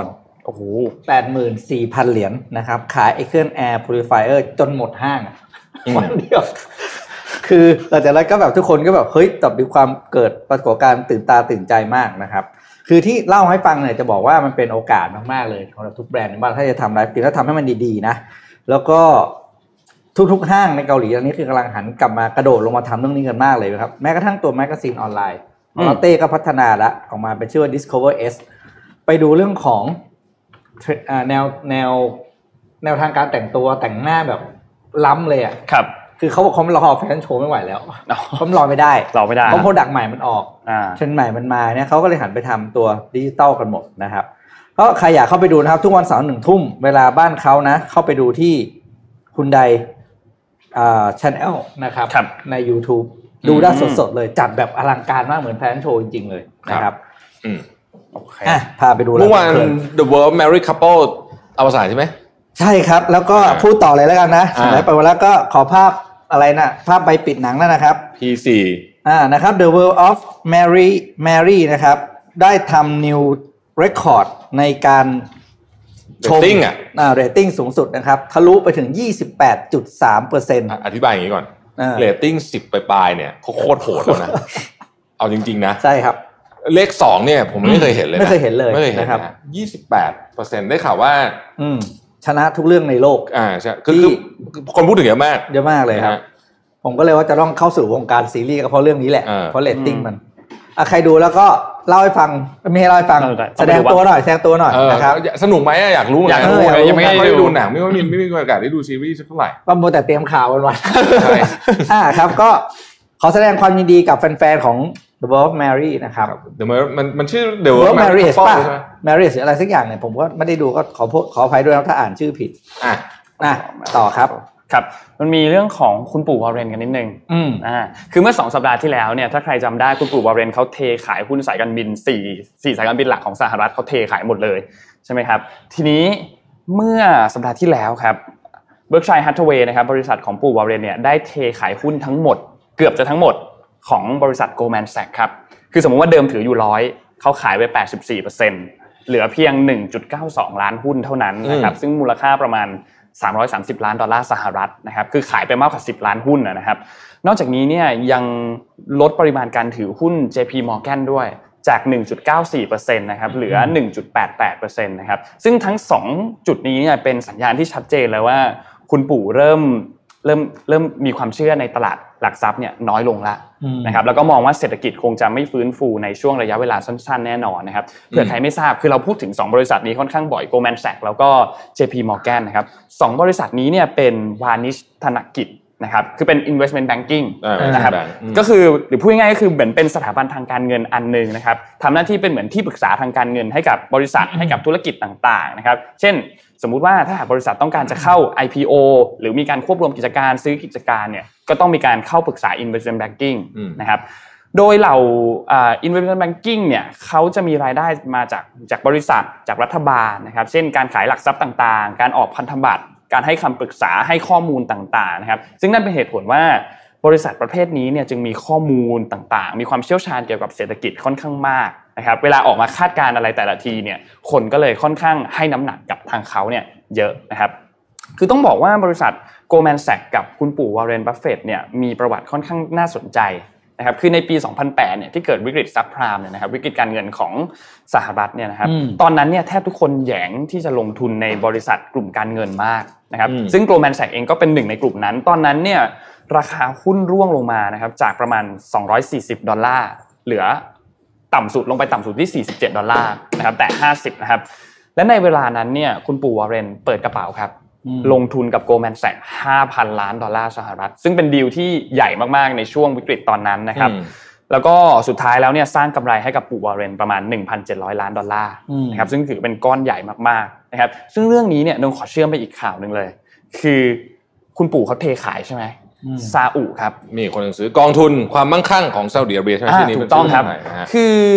โอ้โหแปดหมื่นสี่พัน เหรียญนะครับขายไอ้เครื่อง Air Purifier จนหมดห้างวันเดียวคือหลังจากนั้นก็แบบทุกคนก็แบบเฮ้ยตอบมีความเกิดปรากฏการณ์ตื่นตาตื่นใจมากนะครับคือที่เล่าให้ฟังเนี่ยจะบอกว่ามันเป็นโอกาสมากๆเลยสำหรับทุกแบรนด์ว่าถ้าจะทำไลฟ์สตรีมแล้วทำให้มันดีๆนะแล้วก็ทุกๆห้างในเกาหลีตอนนี้คือกำลังหันกลับมากระโดดลงมาทำเรื่องนี้กันมากเลยครับแม้กระทั่งตัวแมกกาซีนออนไลน์ลอตเต้ก็พัฒนาแล้วออกมาเป็นชื่อว่า Discover S ไปดูเรื่องของแนวแนวแนวทางการแต่งตัวแต่งหน้าแบบล้ำเลยอ่ะครับคือเขาบอกเขารอแฟชั่นโชว์ไม่ไหวแล้วเขารอไม่ได้รอไม่ได้เพราะโปรดักต์ใหม่มันออกเทรนด์ใหม่มันมาเนี่ยเขาก็เลยหันไปทำตัวดิจิตอลกันหมดนะครับก็ใครอยากเข้าไปดูนะครับทุกวันเสาร์หนึ่งทุ่มเวลาบ้านเขานะเข้าไปดูที่ฮุนไดอ่า channel นะครับใน YouTube ดูได้สดๆเลยจัดแบบอลังการมากเหมือนแฟชั่นโชว์จริงๆเลยนะครับอืมโอเคพาไปดูเมื่อวาน The World Married Couple อวสานใช่ไหมใช่ครับแล้วก็พูดต่อเลยแล้วกันนะไหนไปวันแล้วก็ขอภาพอะไรนะภาพใบปิดหนังนั่นนะครับพี สี่อ่านะครับ The World of Mary Mary นะครับได้ทำ new record ในการชมอ่ะอ่าเรตติ้งสูงสุดนะครับทะลุไปถึง ยี่สิบแปดจุดสามเปอร์เซ็นต์อธิบายอย่างนี้ก่อนเรตติ้งสิบปลายๆเนี่ยเขาโคตรโหดแล้วนะเอาจริงๆนะใช่ครับเลขสองเนี่ยผมไม่เคยเห็นเลยไม่เคยเห็นเลยไม่เคยเห็นนะครับ ยี่สิบแปดเปอร์เซ็นต์ ได้ข่าวว่าอืมชนะทุกเรื่องในโลกอ่าใช่คือคนพูดถึงเยอะมากเยอะมากเลยครับผมก็เลยว่าจะต้องเข้าสู่วงการซีรีส์ก็เพราะเรื่องนี้แหละเพราะเรตติ้งมันอ่ะใครดูแล้วก็เล่าให้ฟังไม่ให้เล่าให้ฟังแสดงตัวหน่อยแสดงตัวหน่อยนะครับสนุกไหมอยากรู้อยากรู้ยังไม่ได้ดูหนังไม่ว่ามีไม่มีโอกาสได้ดูซีรีส์สักเท่าไหร่ก็มัวแต่เตรียมข่าววันๆใช่อ่าครับก็ขอแสดงความยินดีกับแฟนๆของ The World of Mary นะครับ The World มันมันชื่อ The World of Mary ป่ะ Mary หรืออะไรสักอย่างเนี่ยผมก็ไม่ได้ดูก็ขอขออภัยด้วยนะถ้าอ่านชื่อผิดอ่ะอ่ะต่อครับครับมันมีเรื่องของคุณปู่วอร์เรนกันนิดนึงอืมอ่าคือเมื่อสองสัปดาห์ที่แล้วเนี่ยถ้าใครจำได้คุณปู่วอร์เรนเขาเทขายหุ้นสายการบินสี่ สี่สายการบินหลักของสหรัฐเขาเทขายหมดเลยใช่ไหมครับทีนี้เมื่อสัปดาห์ที่แล้วครับ Berkshire Hathaway นะครับบริษัทของปู่วอร์เรนเนี่ยได้เทขายหุ้นทั้งหมดเกือบจะทั้งหมดของบริษัท Goldman Sachs ครับคือสมมุติว่าเดิมถืออยู่หนึ่งร้อยเขาขายไป แปดสิบสี่เปอร์เซ็นต์ เหลือเพียง หนึ่งจุดเก้าสอง ล้านหุ้นเท่านั้นนะครับซึ่งมูลค่าประมาณสามร้อยสามสิบล้านดอลลาร์สหรัฐนะครับคือขายไปมากกว่าสิบล้านหุ้นนะครับนอกจากนี้เนี่ยยังลดปริมาณการถือหุ้น เจ พี Morgan ด้วยจาก หนึ่งจุดเก้าสี่เปอร์เซ็นต์ นะครับเหลือ หนึ่งจุดแปดแปดเปอร์เซ็นต์ นะครับซึ่งทั้งสองจุดนี้เนี่ยเป็นสัญญาณที่ชัดเจนเลยว่าคุณปู่เริ่มเริ่มเริ่มมีความเชื่อในตลาดหลักทรัพย์เนี่ยน้อยลงละนะครับแล้วก็มองว่าเศรษฐกิจคงจะไม่ฟื้นฟูในช่วงระยะเวลาสั้นๆแน่นอนนะครับเผื่อใครไม่ทราบคือเราพูดถึงสองบริษัทนี้ค่อนข้างบ่อย Goldman Sachs แล้วก็ เจ พี Morgan นะครับสองบริษัทนี้เนี่ยเป็นวานิชธนกิจนะครับคือเป็น investment banking นะครับก็คือหรือพูดง่ายๆก็คือเหมือนเป็นสถาบันทางการเงินอันนึงนะครับทำหน้าที่เป็นเหมือนที่ปรึกษาทางการเงินให้กับบริษัทให้กับธุรกิจต่างๆนะครับเช่นสมมุติว่าถ้าหากบริษัทต้องการจะเข้า ไอ พี โอ หรือมีการควบรวมกิจการซื้อกิจการเนี่ยก็ต้องมีการเข้าปรึกษา investment banking นะครับโดยเหล่าอ่า investment banking เนี่ยเขาจะมีรายได้มาจากจากบริษัทจากรัฐบาลนะครับเช่นการขายหลักทรัพย์ต่างๆการออกพันธบัตรการให้คำปรึกษาให้ข้อมูลต่างๆนะครับซึ่งนั่นเป็นเหตุผลว่าบริษัทประเภทนี้เนี่ยจึงมีข้อมูลต่างๆมีความเชี่ยวชาญเกี่ยวกับเศรษฐกิจค่อนข้างมากนะครับเวลาออกมาคาดการณ์อะไรแต่ละทีเนี่ยคนก็เลยค่อนข้างให้น้ำหนักกับทางเขาเนี่ยเยอะนะครับคือต้องบอกว่าบริษัท Goldman Sachs กับคุณปู่วอร์เรน บัฟเฟตต์เนี่ยมีประวัติค่อนข้างน่าสนใจนะครับคือในปีสองพันแปดเนี่ยที่เกิดวิกฤตซับไพรม์เนี่ยนะครับวิกฤตการเงินของสหรัฐเนี่ยนะครับตอนนั้นเนี่ยแทบทุกคนแหยงที่จะลงทุนในบริษัทกลุ่มการเงินมากนะครับซึ่ง Goldman Sachs เองก็เป็นหนึ่งในกลุ่มนั้นตอนนั้นเนี่ยราคาหุ้นร่วงลงมานะครับจากประมาณสองร้อยสี่สิบดอลลาร์เหลือต่ำสุดลงไปต่ำสุดที่สี่สิบเจ็ดดอลลาร์นะครับแต่ห้าสิบนะครับและในเวลานั้นเนี่ยคุณปู่วอร์เรนเปิดกระเป๋าครับลงทุนกับ Goldman Sachs ห้าพันล้านดอลลาร์สหรัฐซึ่งเป็นดีลที่ใหญ่มากๆในช่วงวิกฤตตอนนั้นนะครับแล้วก็สุดท้ายแล้วเนี่ยสร้างกำไรให้กับปู่วอร์เรนประมาณ หนึ่งพันเจ็ดร้อยล้านดอลลาร์นะครับซึ่งถือเป็นก้อนใหญ่มากๆนะครับซึ่งเรื่องนี้เนี่ยนงขอเชื่อมไปอีกข่าวนึงเลยคือคุณปู่เขาเทขายใช่ไหมซาอุครับมีคนหนังสือกองทุนความมั่งคั่งของซาอุดิอาระเบียใช่ไหมที่นี้ถูกต้องครับคือ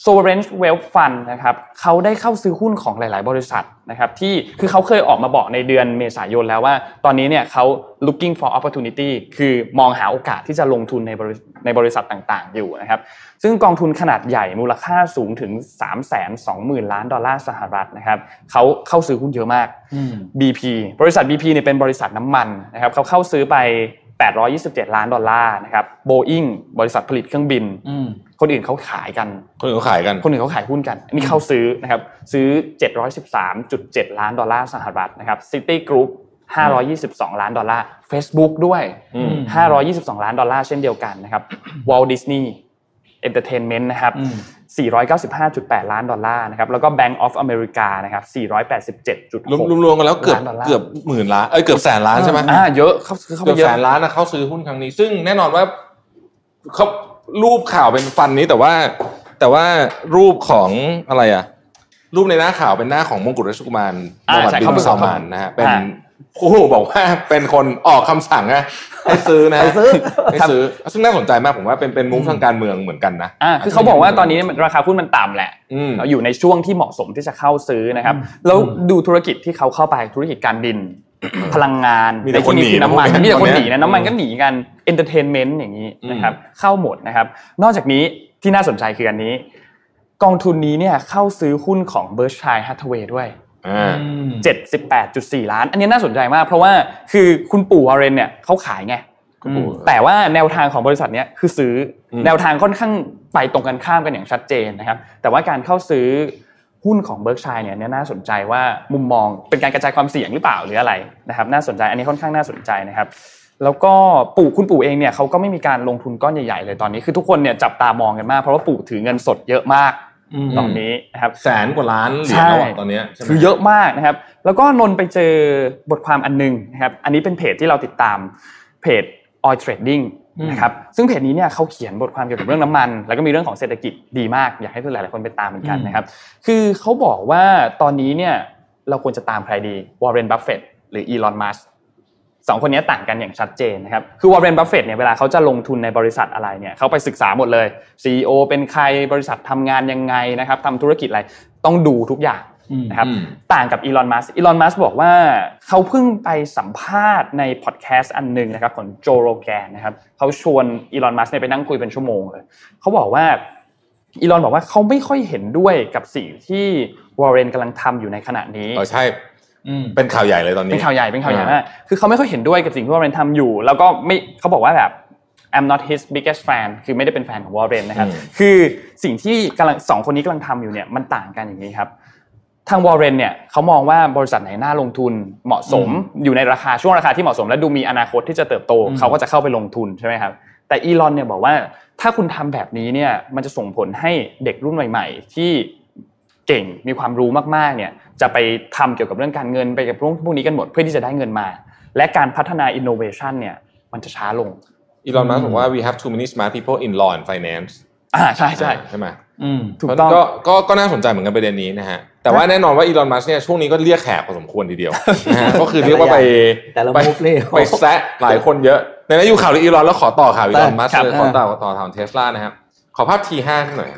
Sovereign Wealth Fund นะครับเขาได้เข้าซื้อหุ้นของหลายๆบริษัทนะครับที่คือเขาเคยออกมาบอกในเดือนเมษายนแล้วว่าตอนนี้เนี่ยเขา looking for opportunity คือมองหาโอกาสที่จะลงทุนในบริในบริษัทต่างๆอยู่นะครับซึ่งกองทุนขนาดใหญ่มูลค่าสูงถึง สามแสนสองหมื่น ล้านดอลลาร์สหรัฐนะครับเขาเข้าซื้อหุ้นเยอะมาก บี พี บริษัท บี พี เนี่ยเป็นบริษัทน้ำมันนะครับเขาเข้าซื้อไปแปดร้อยยี่สิบเจ็ดล้านดอลลาร์นะครับ Boeing บริษัทผลิตเครื่องบินคนอื่นเขาขายกันคนอื่นเขาขายกันคนอื่นเขาขายหุ้นกันอันนี้เขาซื้อนะครับซื้อ เจ็ดร้อยสิบสามจุดเจ็ด ล้านดอลลาร์สหรัฐนะครับ City Group ห้าร้อยยี่สิบสองล้านดอลลาร์ Facebook ด้วยห้าร้อยยี่สิบสองล้านดอลลาร์เช่นเดียวกันนะครับ Walt Disney Entertainment นะครับสี่ร้อยเก้าสิบห้าจุดแปด ล้านดอลลาร์นะครับแล้วก็ Bank of America นะครับสี่ร้อยแปดสิบเจ็ดจุดหกรวมๆกันแล้วเกือบเกือบหมื่นล้านเอ้ยเกือบแสนล้านใช่มั้ยอ่าเยอะเข้าเข้าไปเยอะเกือบแสนล้านนะเข้าซื้อหุ้นครั้งนี้ซึ่งแน่นอนว่าเขารูปข่าวเป็นฟันนี้แต่ว่าแต่ว่ารูปของอะไรอ่ะรูปในหน้าข่าวเป็นหน้าของมงกุฎราชกุมารมูฮัมหมัดบินซัลมานนะฮะเป็นผู้บอกว่าเป็นคนออกคำสั่งนะให้ซื้อนะให้ซื้อให้ซื้อซึ่งน่าสนใจมากผมว่าเป็นเป็นมุมทางการเมืองเหมือนกันนะอ่าคือเขาบอกว่าตอนนี้ราคาหุ้นมันต่ำแหละเราอยู่ในช่วงที่เหมาะสมที่จะเข้าซื้อนะครับแล้วดูธุรกิจที่เขาเข้าไปธุรกิจการบินพลังงานมีแต่คนหนีน้ำมันมีแต่คนหนีนะน้ำมันก็หนีกันเอนเตอร์เทนเมนต์อย่างนี้นะครับเข้าหมดนะครับนอกจากนี้ที่น่าสนใจคืออันนี้กองทุนนี้เนี่ยเข้าซื้อหุ้นของ Berkshire Hathaway ด้วยเจ็ดสิบแปดจุดสี่ ล้านอันนี้น่าสนใจมากเพราะว่าคือคุณปู่วอร์เรนเนี่ยเขาขายไงแต่ว่าแนวทางของบริษัทนี้คือซื้อแนวทางค่อนข้างไปตรงกันข้ามกันอย่างชัดเจนนะครับแต่ว่าการเข้าซื้อหุ้นของ Berkshire เนี่ยน่าสนใจว่ามุมมองเป็นการกระจายความเสี่ยงหรือเปล่าหรืออะไรนะครับน่าสนใจอันนี้ค่อนข้างน่าสนใจนะครับแล้วก็ปู่คุณปู่เองเนี่ยเขาก็ไม่มีการลงทุนก้อนใหญ่ๆเลยตอนนี้คือทุกคนเนี่ยจับตามองกันมากเพราะว่าปู่ถือเงินสดเยอะมากตอนนี้นะครับแสนกว่าล้านเหรียญแล้วตอนนี้คือเยอะมากนะครับแล้วก็นนไปเจอบทความอันนึงนะครับอันนี้เป็นเพจที่เราติดตามเพจ Oil Trading นะครับซึ่งเพจนี้เนี่ยเขาเขียนบทความเกี่ยวกับเรื่องน้ำมันแล้วก็มีเรื่องของเศรษฐกิจดีมากอยากให้หลายๆคนไปตามเหมือนกันนะครับคือเขาบอกว่าตอนนี้เนี่ยเราควรจะตามใครดี Warren Buffett หรือ Elon Muskสองคนนี้ต่างกันอย่างชัดเจนนะครับคือ Warren Buffett เนี่ยเวลาเขาจะลงทุนในบริษัทอะไรเนี่ยเขาไปศึกษาหมดเลย ซี อี โอ เป็นใครบริษัททำงานยังไงนะครับทำธุรกิจอะไรต้องดูทุกอย่างนะครับต่างกับ Elon Musk Elon Musk บอกว่าเขาเพิ่งไปสัมภาษณ์ในพอดแคสต์อันนึงนะครับของ Joe Rogan นะครับเขาชวน Elon Musk เนี่ยไปนั่งคุยเป็นชั่วโมงเลยเขาบอกว่า Elon บอกว่าเขาไม่ค่อยเห็นด้วยกับสิ่งที่ Warren กำลังทำอยู่ในขณะนี้อ๋อใช่เป็นข่าวใหญ่เลยตอนนี้เป็นข่าวใหญ่เป็นข่าวใหญ่มากคือเขาไม่ค่อยเห็นด้วยกับสิ่งที่วอร์เรนทำอยู่แล้วก็ไม่เขาบอกว่าแบบ I'm not his biggest fan คือไม่ได้เป็นแฟนของวอร์เรนนะครับคือสิ่งที่กำลังสองคนนี้กำลังทำอยู่เนี่ยมันต่างกันอย่างนี้ครับทางวอร์เรนเนี่ยเขามองว่าบริษัทไหนน่าลงทุนเหมาะสมอยู่ในราคาช่วงราคาที่เหมาะสมและดูมีอนาคตที่จะเติบโตเขาก็จะเข้าไปลงทุนใช่ไหมครับแต่อีลอนเนี่ยบอกว่าถ้าคุณทำแบบนี้เนี่ยมันจะส่งผลให้เด็กรุ่นใหม่ๆที่เก่งมีความรู้มากๆเนี่ยจะไปทำเกี่ยวกับเรื่องการเงินไปกับพวกพวกนี้กันหมดเพื่อที่จะได้เงินมาและการพัฒนา innovation เนี่ยมันจะช้าลงอีลอนมัสก์บอกว่า we have too many smart people in law and finance อ่าใช่ใช่ใช่ไหมถูกต้องก็ก็ก็น่าสนใจเหมือนกันประเด็นนี้นะฮะแต่ว่าแน่นอนว่าอีลอนมัสก์เนี่ยช่วงนี้ก็เรียกแขกพอสมควรทีเดียวนะฮะก็คือเรียกว่าไปไปไปแซะหลายคนเยอะในนั้นอยู่ข่าวอีลอนแล้วขอต่อข่าวอีลอนมัสก์เลยขอต่อต่อข่าว Tesla นะครับขอภาพ ที ห้า ขึ้นหน่อย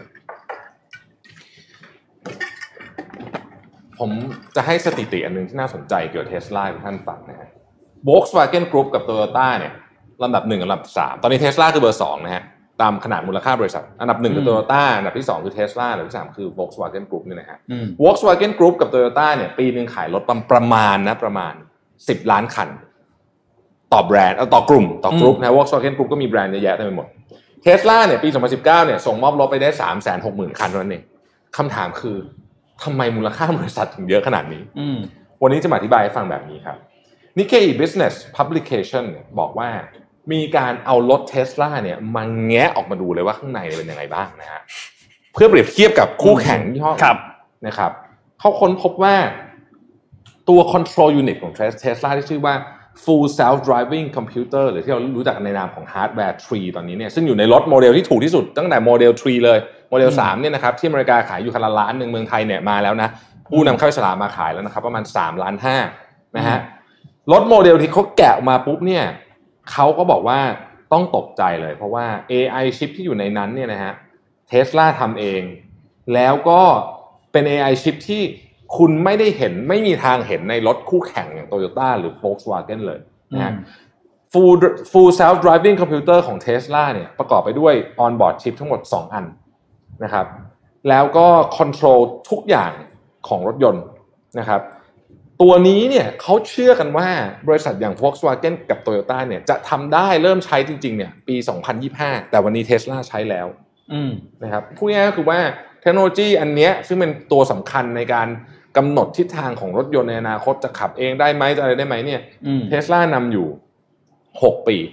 ผมจะให้สถิติอันนึงที่น่าสนใจเกี่ยวกับ Tesla ให้ท่านฟังนะฮะ Volkswagen Group กับ Toyota เนี่ยลำดับหนึ่งกับลำดับสามตอนนี้ Tesla คือเบอร์สองนะฮะตามขนาดมูลค่าบริษัทอันดับหนึ่งคือ Toyota อันดับที่สองคือ Tesla อันดับที่สามคือ Volkswagen Group นี่นะฮะ Volkswagen Group กับ Toyota เนี่ยปีนึงขายรถประมาณนะประมาณสิบล้านคันต่อแบรนด์ต่อกลุ่มต่อกลุ่มนะ Volkswagen Group ก็มีแบรนด์เยอะแยะเต็มไปหมด Tesla เนี่ยปีสองพันสิบเก้าเนี่ยส่งมอบรถไปได้ สามแสนหกหมื่น คันเท่านั้นเองคำถามคือทำไมมูลค่าบริษัทถึงเยอะขนาดนี้วันนี้จะมาอธิบายให้ฟังแบบนี้ครับ Nikkei Business Publication บอกว่ามีการเอารถ Tesla เนี่ยมาแงะออกมาดูเลยว่าข้างในเป็นยังไงบ้างนะฮะเพื่อเปรียบเทียบกับคู่แข่งยี่ห้อนะครับเขาค้นพบว่าตัว control unit ของ Tesla ที่ชื่อว่า Full Self Driving Computer หรือที่เรารู้จักในนามของ Hardware ทรีตอนนี้เนี่ยซึ่งอยู่ในรถโมเดลที่ถูกที่สุดตั้งแต่โมเดลทรีเลยโมเดลสามเนี่ยนะครับที่อเมริกาขายอยู่คันละล้านนึงเมืองไทยเนี่ยมาแล้วนะผู้นำเข้าอิสระมาขายแล้วนะครับประมาณสามล้านห้านะฮะรถโมเดลที่เขาแกะออกมาปุ๊บเนี่ยเขาก็บอกว่าต้องตกใจเลยเพราะว่า เอ ไอ ชิปที่อยู่ในนั้นเนี่ยนะฮะ Tesla ทำเองแล้วก็เป็น เอ ไอ ชิปที่คุณไม่ได้เห็นไม่มีทางเห็นในรถคู่แข่งอย่าง Toyota หรือ Volkswagen เลยนะฮะ full full self driving computer ของ Tesla เนี่ยประกอบไปด้วย onboard chip ทั้งหมดสองอันนะครับแล้วก็ control ทุกอย่างของรถยนต์นะครับตัวนี้เนี่ยเขาเชื่อกันว่าบริษัทอย่าง Volkswagen กับ Toyota เนี่ยจะทำได้เริ่มใช้จริงๆเนี่ยปีสองพันยี่สิบห้าแต่วันนี้ Tesla ใช้แล้วนะครับพูดง่ายๆก็คือว่าเทคโนโลยีอันเนี้ยซึ่งเป็นตัวสำคัญในการกำหนดทิศทางของรถยนต์ในอนาคตจะขับเองได้ไหมจะอะไรได้ไหมเนี่ย Tesla นำอยู่หกปี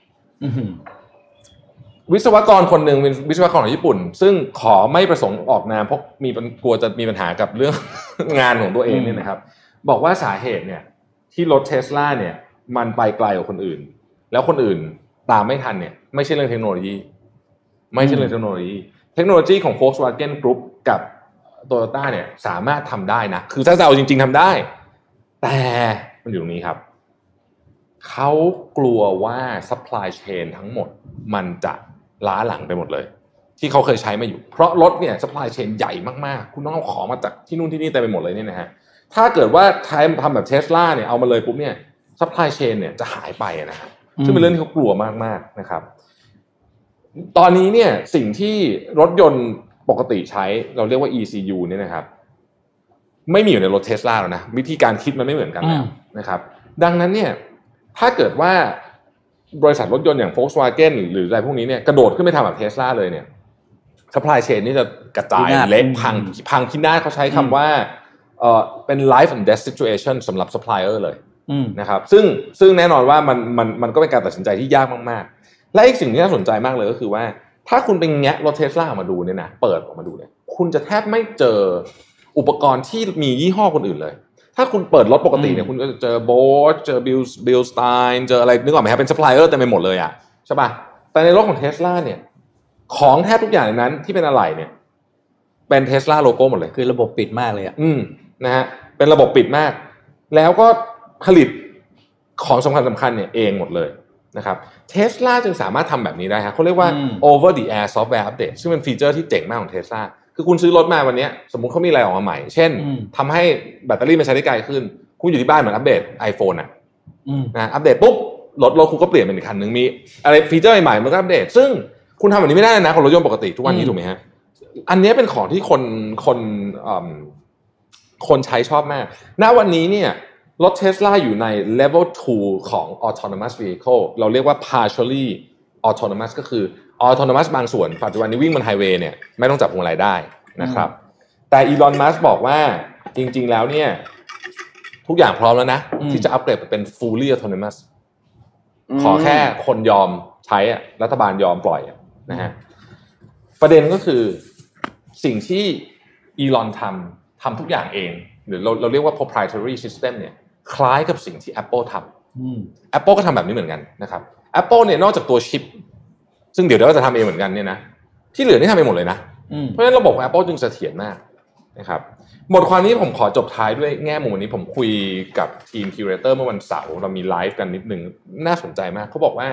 วิศวกรคนหนึ่งเป็นวิศวกรของญี่ปุ่นซึ่งขอไม่ประสงค์ออกนามเพราะมีกลัวจะมีปัญหากับเรื่อง งานของตัวเองเนี่ยนะครับบอกว่าสาเหตุเนี่ยที่รถ Tesla เนี่ยมันไปไกลกว่าคนอื่นแล้วคนอื่นตามไม่ทันเนี่ยไม่ใช่เรื่องเทคโนโลยีไม่ใช่เรื่องเทคโนโลยีเทคโนโลยีของ Volkswagen Group กับ Toyota เนี่ยสามารถทำได้นะคือถ้าจะเอาจริงๆทำได้แต่มันอยู่ตรงนี้ครับเขากลัวว่า supply chain ทั้งหมดมันจะล้าหลังไปหมดเลยที่เขาเคยใช้มาอยู่เพราะรถเนี่ย supply chain ใหญ่มากๆคุณต้องเอาของมาจากที่นู่นที่นี่เต็มไปหมดเลยเนี่ยนะฮะถ้าเกิดว่าทำทำแบบ Tesla เนี่ยเอามาเลยปุ๊บเนี่ย supply chain เนี่ยจะหายไปนะครับซึ่งเป็นเรื่องที่เขากลัวมากๆนะครับตอนนี้เนี่ยสิ่งที่รถยนต์ปกติใช้เราเรียกว่า อี ซี ยู เนี่ยนะครับไม่มีอยู่ในรถ Tesla แล้วนะวิธีการคิดมันไม่เหมือนกันแล้วนะครับดังนั้นเนี่ยถ้าเกิดว่าบริษัทรถยนต์อย่าง Volkswagen หรืออะไรพวกนี้เนี่ยกระโดดขึ้นไปทำแบบ Tesla เลยเนี่ย supply chain นี่จะกระจายเละพังพังพินาศเขาใช้คำว่าเอ่อเป็น life and death situation สำหรับ supplier เลยนะครับซึ่งซึ่งแน่นอนว่ามันมันมันก็เป็นการตัดสินใจที่ยากมากๆและอีกสิ่งที่น่าสนใจมากเลยก็คือว่าถ้าคุณไปแงะรถ Tesla ออกมาดูเนี่ยนะเปิดออกมาดูเนี่ยคุณจะแทบไม่เจออุปกรณ์ที่มียี่ห้อคนอื่นเลยถ้าคุณเปิดรถปกติเนี่ยคุณก็จะเจอ Bosch เจอ Bill Bilstein เจออะไรนึกออกไหมครับเป็น supplier เต็มไปหมดเลยอ่ะใช่ป่ะแต่ในรถของ Tesla เนี่ยของแทบทุกอย่างในนั้นที่เป็นอะไหล่เนี่ยเป็น Tesla โลโก้หมดเลยคือระบบปิดมากเลยอ่ะอืมนะฮะเป็นระบบปิดมากแล้วก็ผลิตของสำคัญสำคัญเนี่ยเองหมดเลยนะครับ Tesla จึงสามารถทำแบบนี้ได้ฮะเขาเรียกว่า over the air software update ซึ่งเป็นฟีเจอร์ที่เจ๋งมากของ Tesla คือคุณซื้อรถมาวันนี้สมมุติเขามีอะไรออกมาใหม่เช่นทำให้แบตเตอรี่มันใช้ได้ไกลขึ้นคุณอยู่ที่บ้านเหมือนอัปเดต iPhone อ่ะนะอัปเดตปุ๊บรถรถคุณก็เปลี่ยนเป็นอีกคันนึงมีอะไรฟีเจอร์ใหม่ๆมันก็อัปเดตซึ่งคุณทำแบบนี้ไม่ได้นะของรถยนต์ปกติทุกวันนี้ถูกไหมฮะอันนี้เป็นของที่คนคนคนใช้ชอบมากณวันนี้เนี่ยรถ Tesla อยู่ใน level ทูของ autonomous vehicle เราเรียกว่า partially autonomous ก็คือ autonomous บางส่วนปัจจุบันนี้วิ่งบนไฮเวย์เนี่ยไม่ต้องจับพวงมาลัยได้นะครับแต่ Elon Musk บอกว่าจริงๆแล้วเนี่ยทุกอย่างพร้อมแล้วนะที่จะอัปเกรดไปเป็น fully autonomous ขอแค่คนยอมใช้รัฐบาลยอมปล่อยนะฮะประเด็นก็คือสิ่งที่ Elon ทำทำทุกอย่างเองหรือเราเราเรียกว่า proprietary system เนี่ยคล้ายกับสิ่งที่ Apple ทำ Apple ก็ทำแบบนี้เหมือนกันนะครับ Apple เนี่ยนอกจากตัวชิปซึ่งเดี๋ยวเราจะทำเองเหมือนกันเนี่ยนะที่เหลือนี่ทำเองหมดเลยนะเพราะฉะนั้นระบบของ Apple จึงเสถียรมากนะครับบทความนี้ผมขอจบท้ายด้วยแง่มุมวันนี้ผมคุยกับทีม Curator เมื่อวันเสาร์เรามีไลฟ์กันนิดนึงน่าสนใจมากเขาบอกว่า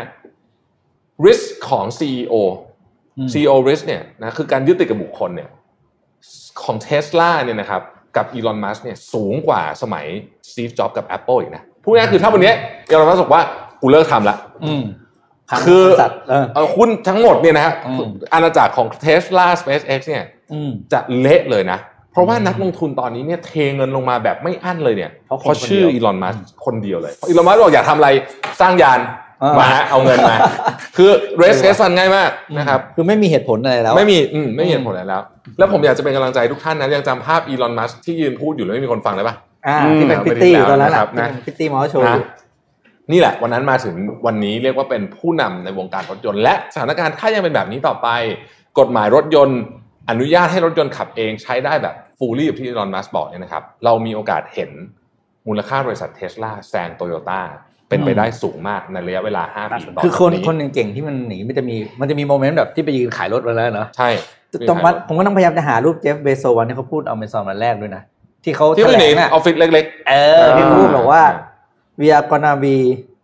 risk ของ ซี อี โอ ซี อี โอ risk เนี่ยนะคือการยึดติดกับบุคคลเนี่ยของ Tesla เนี่ยนะครับกับ Elon Musk เนี่ยสูงกว่าสมัย Steve Jobs กับ Apple อีกนะพูดง่ายๆคือถ้าวันนี้ Elon Musk บอกว่ากูเลิกทำละคือหุ้นทั้งหมดเนี่ยนะฮะอาณาจักรของ Tesla SpaceX เนี่ยจะเละเลยนะเพราะว่านักลงทุนตอนนี้เนี่ยเทเงินลงมาแบบไม่อั้นเลยเนี่ยเพราะชื่อ Elon Musk คนเดียวเลย Elon Musk บอกอยากทำอะไรสร้างยานมาฮะเอาเงินมาคือ raise cash fund ง่ายมากนะครับคือไม่มีเหตุผลอะไรแล้วไม่มีอืมไม่มีเหตุผลอะไรแล้วแล้วผมอยากจะเป็นกำลังใจทุกท่านนะยังจำภาพ Elon Musk ที่ยืนพูดอยู่แล้วไม่มีคนฟังเลยป่ะอ่าที่เป็นพิตตี้ตอนนั้นนะพิตตี้มอสโชว์นี่แหละวันนั้นมาถึงวันนี้เรียกว่าเป็นผู้นำในวงการรถยนต์และสถานการณ์ถ้ายังเป็นแบบนี้ต่อไปกฎหมายรถยนต์อนุญาตให้รถยนต์ขับเองใช้ได้แบบ fully แบบที่ Elon Musk บอกเนี่ยนะครับเรามีโอกาสเห็นมูลค่าบริษัท Tesla แซง Toyota เป็นไปได้สูงมากในระยะเวลาห้าปีต่อคือคนคนเก่งๆที่มันหนีมันจะมีมันจะมีโมเมนต์แบบที่ไปยืนขายรถไว้แล้วเนาะใช่ตรงนั้นผมก็ต้องพยายามจะหารูปเจฟเบโซวันที่เขาพูด Amazon วันแรกด้วยนะที่เขาแถลงน่ะออฟฟิศเล็กๆเออที่พูดบอกว่า we are gonna be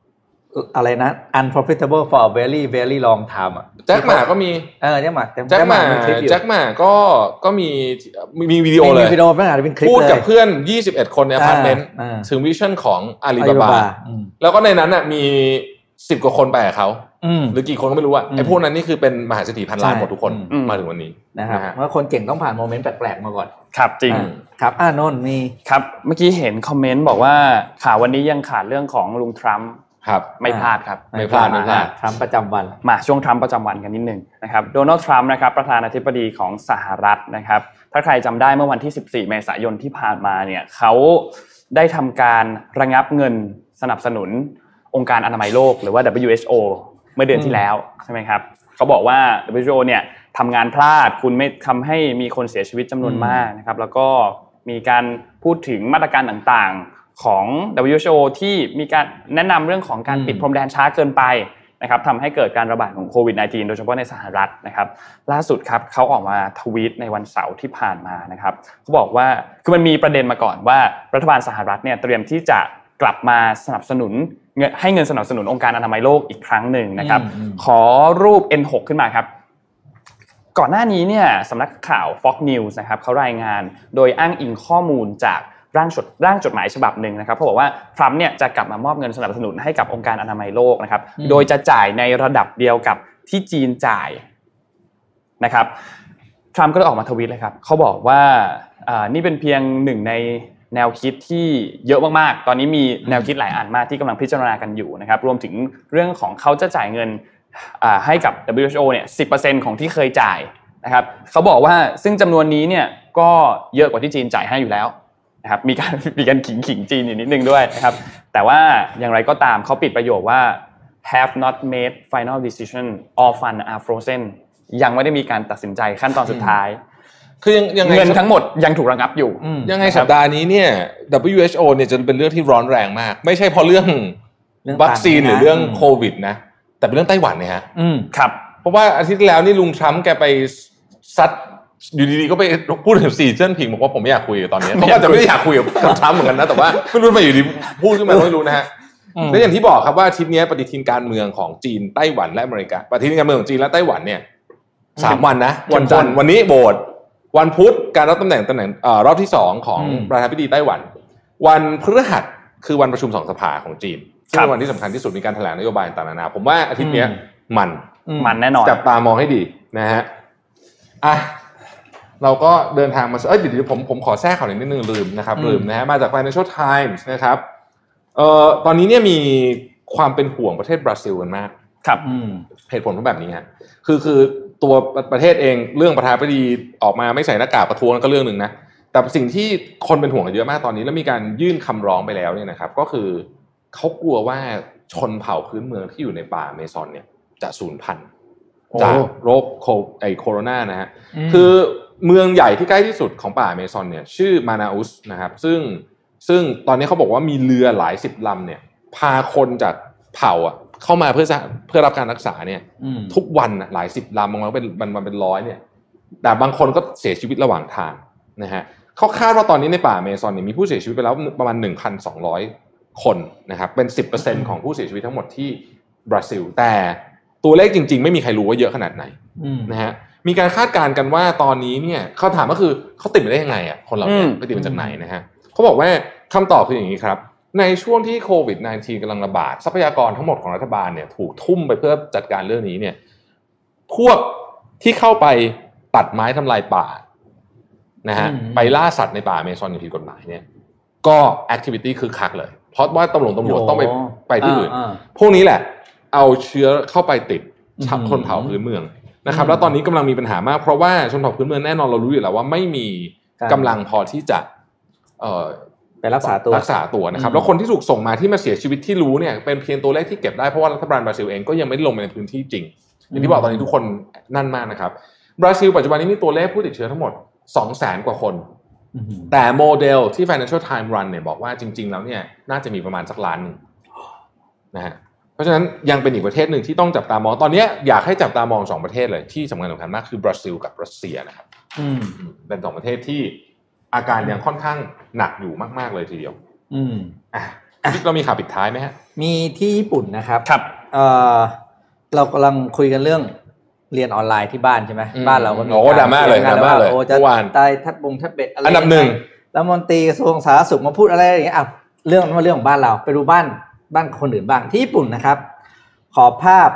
อะไรนะ unprofitable for a very very long time อ่ะแจ็คหม่าก็มีเออแจ็คหม่าแจ็คหม่าแจ็คหม่าก็ก็มีมีวิดีโอเลยมีวิดีโอเป็นอะไรเป็นคลิปเลยพูดกับเพื่อนยี่สิบเอ็ดคนในอพาร์ตเมนต์ถึงวิชั่นของ Alibaba แล้วก็ในนั้นน่ะมีสิบกว่าคนไปกับเขาหรือกี่คนก็ไม่รู้อ่ะไอ้พวกนั้นนี่คือเป็นมหาเศรษฐีพันล้านหมดทุกคนมาถึงวันนี้นะครับว่าคนเก่งต้องผ่านโมเมนต์แปลกๆมาก่อนครับจริงครับอ่านนท์มีครับเมื่อกี้เห็นคอมเมนต์บอกว่าข่าววันนี้ยังขาดเรื่องของลุงทรัมป์ครับไม่พลาดครับไม่พลาดไม่พลาดทรัมป์ประจำวันมาช่วงทรัมป์ประจำวันกันนิดนึงนะครับโดนัลด์ทรัมป์นะครับประธานาธิบดีของสหรัฐนะครับถ้าใครจำได้เมื่อวันที่สิบสี่เมษายนที่ผ่านมาเนี่ยเขาได้ทำการระงับเงินสนับสนุนองค์การอนามัยโลกหรือว่า ดับเบิลยู เอช โอ เมื่อเดือนที่แล้วใช่ไหมครับเขาบอกว่า ดับเบิลยู เอช โอ เนี่ยทำงานพลาดคุณไม่ทำให้มีคนเสียชีวิตจำนวนมากนะครับแล้วก็มีการพูดถึงมาตรการต่างๆของ ดับเบิลยู เอช โอ ที่มีการแนะนำเรื่องของการปิดพรมแดนช้าเกินไปนะครับทำให้เกิดการระบาดของโควิด สิบเก้า โดยเฉพาะในสหรัฐนะครับล่าสุดครับเขาออกมาทวีตในวันเสาร์ที่ผ่านมานะครับเขาบอกว่าคือมันมีประเด็นมาก่อนว่ารัฐบาลสหรัฐเนี่ยเตรียมที่จะกลับมาสนับสนุนให้เงินสนับสนุนองค์การอนามัยโลกอีกครั้งหนึ่งนะครับขอรูป เอ็น หก ขึ้นมาครับก่อนหน้านี้เนี่ยสำนักข่าว Fox News นะครับเขารายงานโดยอ้างอิงข้อมูลจากร่างจดร่างจดหมายฉบับหนึ่งนะครับเขาบอกว่าทรัมป์เนี่ยจะกลับมามอบเงินสนับสนุนให้กับองค์การอนามัยโลกนะครับโดยจะจ่ายในระดับเดียวกับที่จีนจ่ายนะครับทรัมป์ก็เลยออกมาทวีตเลยครับเขาบอกว่าอ่านี่เป็นเพียงหนึ่งในแนวคิดที่เยอะมากๆตอนนี้มีแนวคิดหลายอันมากที่กำลังพิจารณากันอยู่นะครับรวมถึงเรื่องของเขาจะจ่ายเงินให้กับ ดับเบิลยู เอช โอ เนี่ย สิบเปอร์เซ็นต์ ของที่เคยจ่ายนะครับเขาบอกว่าซึ่งจำนวนนี้เนี่ยก็เยอะกว่าที่จีนจ่ายให้อยู่แล้วนะครับมีการมีการขิงขิงจีนอยู่นิดนึงด้วยนะครับแต่ว่าอย่างไรก็ตามเขาปิดประโยคว่า have not made final decision all funds are frozen ยังไม่ได้มีการตัดสินใจขั้นตอนสุดท้ายคือยังเงินทั้งหมดยังถูกระงับอยู่ยังไงสัปดาห์นี้เนี่ย ดับเบิลยู เอช โอ เนี่ยจะเป็นเรื่องที่ร้อนแรงมากไม่ใช่เพราะเรื่องวัคซีนหรือเรื่องโควิดนะแต่เป็นเรื่องไต้หวันเนี่ยฮะครับเพราะว่าอาทิตย์แล้วนี่ลุงทรัมป์แกไปซัดอยู่ดีๆก็ไปพูดถึงสีเจิ้นผิงบอกว่าผมไม่อยากคุยตอนนี้เพราะว่าจะไม่ได้อยากคุยกับทรัมป์เหมือนกันนะแต่ว่าไม่รู้มาอยู่ดีพูดขึ้นมาไม่รู้นะฮะและอย่างที่บอกครับว่าอาทิตย์นี้ปฏิทินการเมืองของจีนไต้หวันและอเมริกาปฏิทินการเมืองของจีนและไต้หวันเนี่ยสามวันนะวันจันทร์วันนี้โบสวันพุธการรับตำแหน่งตำแหน่งรอบที่สองของประธานาธิบดีไต้หวันวันพฤหัสคือวันประชุมสองสภาของจีนซึ่งเป็นวันที่สำคัญที่สุดมีการแถลงนโยบายต่างๆนานาผมว่าอาทิตย์นี้มันมันแน่นอนจับตามองให้ดีนะฮะอ่ะเราก็เดินทางมาเอ้ยเดี๋ยวผมผมขอแทรกข่าวนิดนึงลืมนะครับลืมนะฮะมาจาก Financial Times นะครับเอ่อตอนนี้เนี่ยมีความเป็นห่วงประเทศบราซิลกันมากครับเหตุผลเพราะแบบนี้ฮะคือคือตัวประเทศเองเรื่องประธานาธิบดีออกมาไม่ใส่หน้ากากประท้วงก็เรื่องนึงนะแต่สิ่งที่คนเป็นห่วงกันเยอะมากตอนนี้แล้วมีการยื่นคำร้องไปแล้วเนี่ยนะครับก็คือเขากลัวว่าชนเผ่าพื้นเมืองที่อยู่ในป่าอเมซอนเนี่ยจะสูญพันธุ์จากโรคโคไอโคโรนานะฮะคือเมืองใหญ่ที่ใกล้ที่สุดของป่าอเมซอนเนี่ยชื่อมานาอุสนะครับซึ่งซึ่งตอนนี้เขาบอกว่ามีเรือหลายสิบลำเนี่ยพาคนจากเผ่าอ่ะเข้ามาเพื่อเพื่อรับการรักษาเนี่ยทุกวันหลายสิบลำบางวันเป็นมันมันเป็นร้อยเนี่ยแต่บางคนก็เสียชีวิตระหว่างทางนะฮะเขาคาดว่าตอนนี้ในป่าอเมซอนเนี่ยมีผู้เสียชีวิตไปแล้วประมาณ หนึ่งพันสองร้อย คนนะครับเป็น สิบเปอร์เซ็นต์ ของผู้เสียชีวิตทั้งหมดที่บราซิลแต่ตัวเลขจริงๆไม่มีใครรู้ว่าเยอะขนาดไหนนะฮะมีการคาดการณ์กันว่าตอนนี้เนี่ยเขาถามก็คือเขาติดมาได้ยังไงอ่ะคนเราเนี่ยไปติดมาจากไหนนะฮะเขาบอกว่าคำตอบคืออย่างนี้ครับในช่วงที่โควิด สิบเก้า กำลังระบาดทรัพยากรทั้งหมดของรัฐบาลเนี่ยถูกทุ่มไปเพื่อจัดการเรื่องนี้เนี่ยพวกที่เข้าไปตัดไม้ทำลายป่านะฮะไปล่าสัตว์ในป่าอเมซอนอย่างผิดกฎหมายเนี่ยก็แอคทิวิตี้คือคักเลยเพราะว่าตำรวจตำรวจต้องไปไปที่อื่นพวกนี้แหละเอาเชื้อเข้าไปติดชนเผ่าพื้นเมืองนะครับแล้วตอนนี้กำลังมีปัญหามากเพราะว่าชนเผ่าพื้นเมืองแน่นอนเรารู้อยู่แล้วว่าไม่มีกำลังพอที่จะเอ่อไปรักษาตัวรักษาตัวนะครับแล้วคนที่ถูกส่งมาที่มาเสียชีวิตที่รู้เนี่ยเป็นเพียงตัวเลขที่เก็บได้เพราะว่ารัฐบาลบราซิลเองก็ยังไม่ได้ลงไปในพื้นที่จริงอย่างที่บอกตอนนี้ทุกคนนั่นมากนะครับบราซิลปัจจุบันนี้มีตัวเลขผู้ติดเชื้อทั้งหมด สองแสน กว่าคนแต่โมเดลที่ Financial Times Run เนี่ยบอกว่าจริงๆแล้วเนี่ยน่าจะมีประมาณสักล้านนึงนะฮะเพราะฉะนั้นยังเป็นอีกประเทศหนึ่งที่ต้องจับตามองตอนนี้อยากให้จับตามองสองประเทศเลยที่สำคัญสำคัญมากคือบราซิลกับรัสเซียนะครับเป็นสองประเทศที่อาการยังค่อนข้างหนักอยู่มากๆเลยทีเดียวอ่ะเรามีข่าวปิดท้ายไหมฮะมีที่ญี่ปุ่นนะครับครับเอ่อเรากำลังคุยกันเรื่องเรียนออนไลน์ที่บ้านใช่ไหมบ้านเราก็มีโอ้ดราม่าเลยดราม่าเลยโอ้จะตายทัดบงทัดเบ็ดอะไรอันดับหนึ่งแล้วมนตรีกระทรวงสาธารณสุขมาพูดอะไรอย่างเงี้ยอ่ะเรื่องมาเรื่องของบ้านเราไปดูบ้านบ้านคนอื่นบ้างที่ญี่ปุ่นนะครับขอภาพ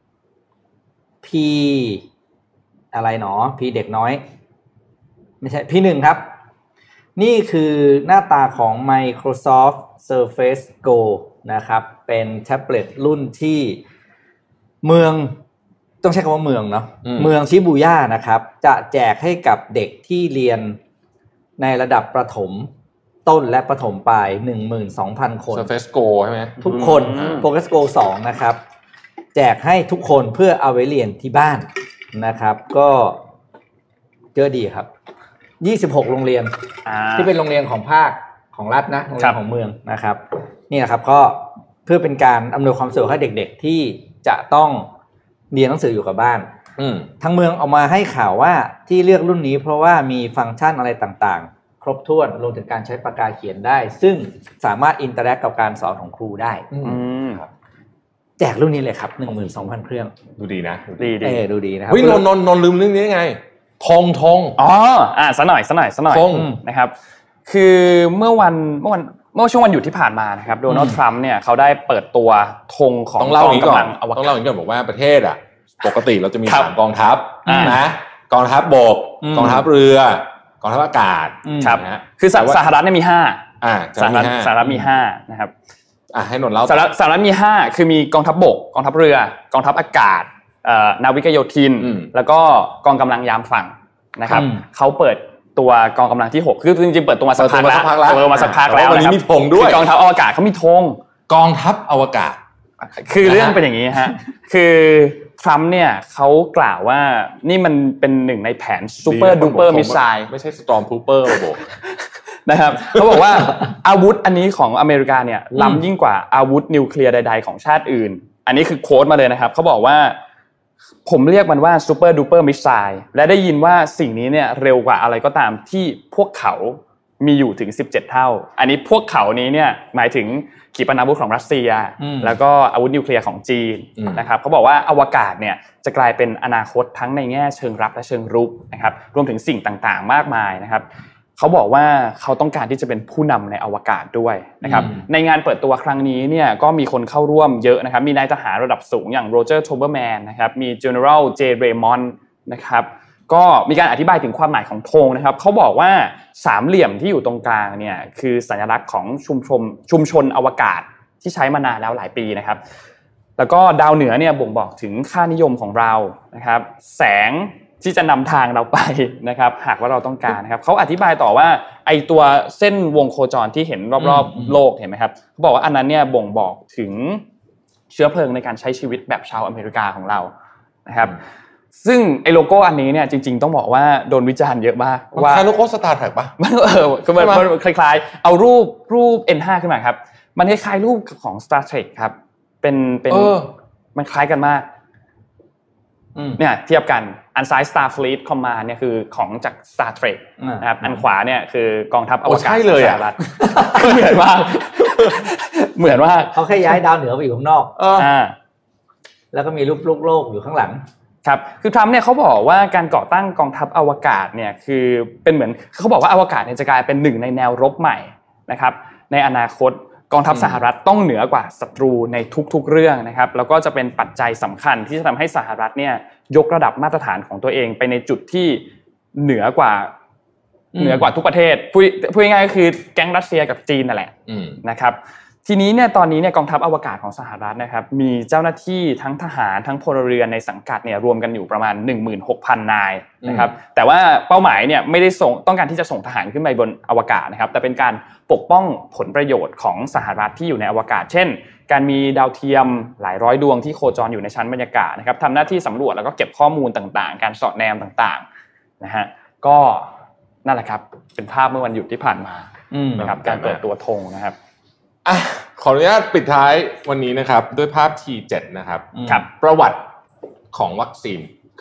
P อะไรหนอ P เด็กน้อยไม่ใช่ พี หนึ่ง ครับนี่คือหน้าตาของ Microsoft Surface Go นะครับเป็นแท็บเล็ตรุ่นที่เมืองต้องใช้คำว่าเมืองเนาะเมืองชิบูย่านะครับจะแจกให้กับเด็กที่เรียนในระดับประถมต้นและประถมปลาย หนึ่งหมื่นสองพัน คน Surface Go ใช่ไหมทุกคน Surface Go สองนะครับแจกให้ทุกคนเพื่อเอาไว้เรียนที่บ้านนะครับก็เยอะดีครับยี่สิบหกโรงเรียนที่เป็นโรงเรียนของภาคของรัฐนะโรงเรียนของเมืองนะครับนี่นะครับก็เพื่อเป็นการอำนวยความสะดวกให้เด็กๆที่จะต้องเรียนหนังสืออยู่กับบ้านทางเมืองเอามาให้ข่าวว่าที่เลือกรุ่นนี้เพราะว่ามีฟังก์ชันอะไรต่างๆครบถ้วนรวมถึงการใช้ปากกาเขียนได้ซึ่งสามารถอินเตอร์แอคกับการสอนของครูได้แจกรุ่นนี้เลยครับ หนึ่งหมื่นสองพัน เครื่องดูดีนะดีดีเออดูดีนะครับเฮ้ยนนนนลืมเรื่องนี้ไงธงธงอ๋ออ่าซะหน่อยซะหน่อยซะหน่อยนะครับคือเมื่อวันเมื่อวันเมื่อช่วงวันหยุดที่ผ่านมานะครับโดนัลด์ทรัมป์เนี่ยเขาได้เปิดตัวธงของกองกำลังอวกาศต้องเล่าอย่างนี้ก่อนบอกว่าประเทศอ่ะปกติเราจะมีสามกองทัพนะกองทัพบกกองทัพเรือกองทัพอากาศครับคือสหรัฐเนี่ยมีห้าอ่าสหรัฐสหรัฐมีห้านะครับอ่ะให้นนท์เล่าสหรัฐสหรัฐมีห้าคือมีกองทัพบกกองทัพเรือกองทัพอากาศเอ่อนาวิกโยธินแล้วก็กองกำลังยามฝั่งนะครับเขาเปิดตัวกองกำลังที่หกคือจริงๆเปิดตัวมาสักพักแล้วเปิดตัวมาสักพักแล้ววันนี้มีธงด้วยกองทัพอวกาศเขามีธงกองทัพอวกาศคือเรื่องเป็นอย่างนี้ฮะคือทรัมป์เนี่ยเขากล่าวว่านี่มันเป็นหนึ่งในแผนซูเปอร์ดูเปอร์มิสไซล์ไม่ใช่สตอร์มทูเปอร์ระบบนะครับเขาบอกว่าอาวุธอันนี้ของอเมริกาเนี่ยล้ำยิ่งกว่าอาวุธนิวเคลียร์ใดๆของชาติอื่นอันนี้คือโค้ดมาเลยนะครับเขาบอกว่าผมเรียกมันว่าซูเปอร์ดูเปอร์มิสไซล์และได้ยินว่าสิ่งนี้เนี่ยเร็วกว่าอะไรก็ตามที่พวกเขามีอยู่ถึงสิบเจ็ดเท่าอันนี้พวกเขานี้เนี่ยหมายถึงขีปนาวุธของรัสเซียแล้วก็อาวุธนิวเคลียร์ของจีนนะครับเขาบอกว่าอวกาศเนี่ยจะกลายเป็นอนาคตทั้งในแง่เชิงรับและเชิงรุกนะครับรวมถึงสิ่งต่างๆมากมายนะครับเขาบอกว่าเขาต้องการที่จะเป็นผู้นำในอวกาศด้วยนะครับในงานเปิดตัวครั้งนี้เนี่ยก็มีคนเข้าร่วมเยอะนะครับมีนายทหารระดับสูงอย่างโรเจอร์โทเบอร์แมนนะครับมี General J. Raymond นะครับก็มีการอธิบายถึงความหมายของธงนะครับเขาบอกว่าสามเหลี่ยมที่อยู่ตรงกลางเนี่ยคือสัญลักษณ์ของชุมชนชุมชนอวกาศที่ใช้มานานแล้วหลายปีนะครับแล้วก็ดาวเหนือเนี่ยบ่งบอกถึงค่านิยมของเรานะครับแสงที่จะนำทางเราไปนะครับหากว่าเราต้องการนะครับเขาอธิบายต่อว่าไอตัวเส้นวงโคจรที่เห็นรอบๆโลกเห็นไหมครับเขาบอกว่าอันนั้นเนี่ยบ่งบอกถึงเชื้อเพลิงในการใช้ชีวิตแบบชาวอเมริกาของเรานะครับซึ่งไอโลโก้อันนี้เนี่ยจริงๆต้องบอกว่าโดนวิจารณ์เยอะมากว่าคล้ายโลโก้ Star Trek ป่ะมันเออคือมันคล้ายๆเอารูปรูป เอ็น ห้า ขึ้นมาครับมันคล้ายๆรูปของ Star Trek ครับเป็นเป็นมันคล้ายกันมากเนี่ยเทียบกันอันซ้าย Starfleet Command เนี่ยคือของจาก Star Trek นะครับอันขวาเนี่ยคือกองทัพอวกาศเลยอ่ะเหมือนมากเหมือนว่าเขาแค่ย้ายดาวเหนือไปอยู่ข้างนอกอ่าแล้วก็มีรูปโลกอยู่ข้างหลังครับคือทรัมป์เนี่ยเขาบอกว่าการก่อตั้งกองทัพอวกาศเนี่ยคือเป็นเหมือนเขาบอกว่าอวกาศเนี่ยจะกลายเป็นหนึ่งในแนวรบใหม่นะครับในอนาคตกองทัพสหรัฐต้องเหนือกว่าศัตรูในทุกๆเรื่องนะครับแล้วก็จะเป็นปัจจัยสำคัญที่จะทำให้สหรัฐเนี่ยยกระดับมาตรฐานของตัวเองไปในจุดที่เหนือกว่าเหนือกว่าทุกประเทศพูดพูดง่ายๆก็คือแก๊งรัสเซียกับจีนนั่นแหละนะครับทีนี้เนี่ยตอนนี้เนี่ยกองทัพอวกาศของสหรัฐนะครับมีเจ้าหน้าที่ทั้งทหารทั้งพลเรือนในสังกัดเนี่ยรวมกันอยู่ประมาณ หนึ่งหมื่นหกพัน นายนะครับแต่ว่าเป้าหมายเนี่ยไม่ได้ส่งต้องการที่จะส่งทหารขึ้นไปบนอวกาศนะครับแต่เป็นการปกป้องผลประโยชน์ของสหรัฐที่อยู่ในอวกาศเช่นการมีดาวเทียมหลายร้อยดวงที่โคจรอยู่ในชั้นบรรยากาศนะครับทำหน้าที่สำรวจแล้วก็เก็บข้อมูลต่างๆการสอดแนมต่างๆนะฮะก็นั่นแหละครับเป็นภาพเมื่อวันหยุดที่ผ่านมานะครับการเปิดตัวธงนะครับอ่ะขออนุญาตปิดท้ายวันนี้นะครับด้วยภาพ ที เจ็ด นะครับครับประวัติของวัคซีนค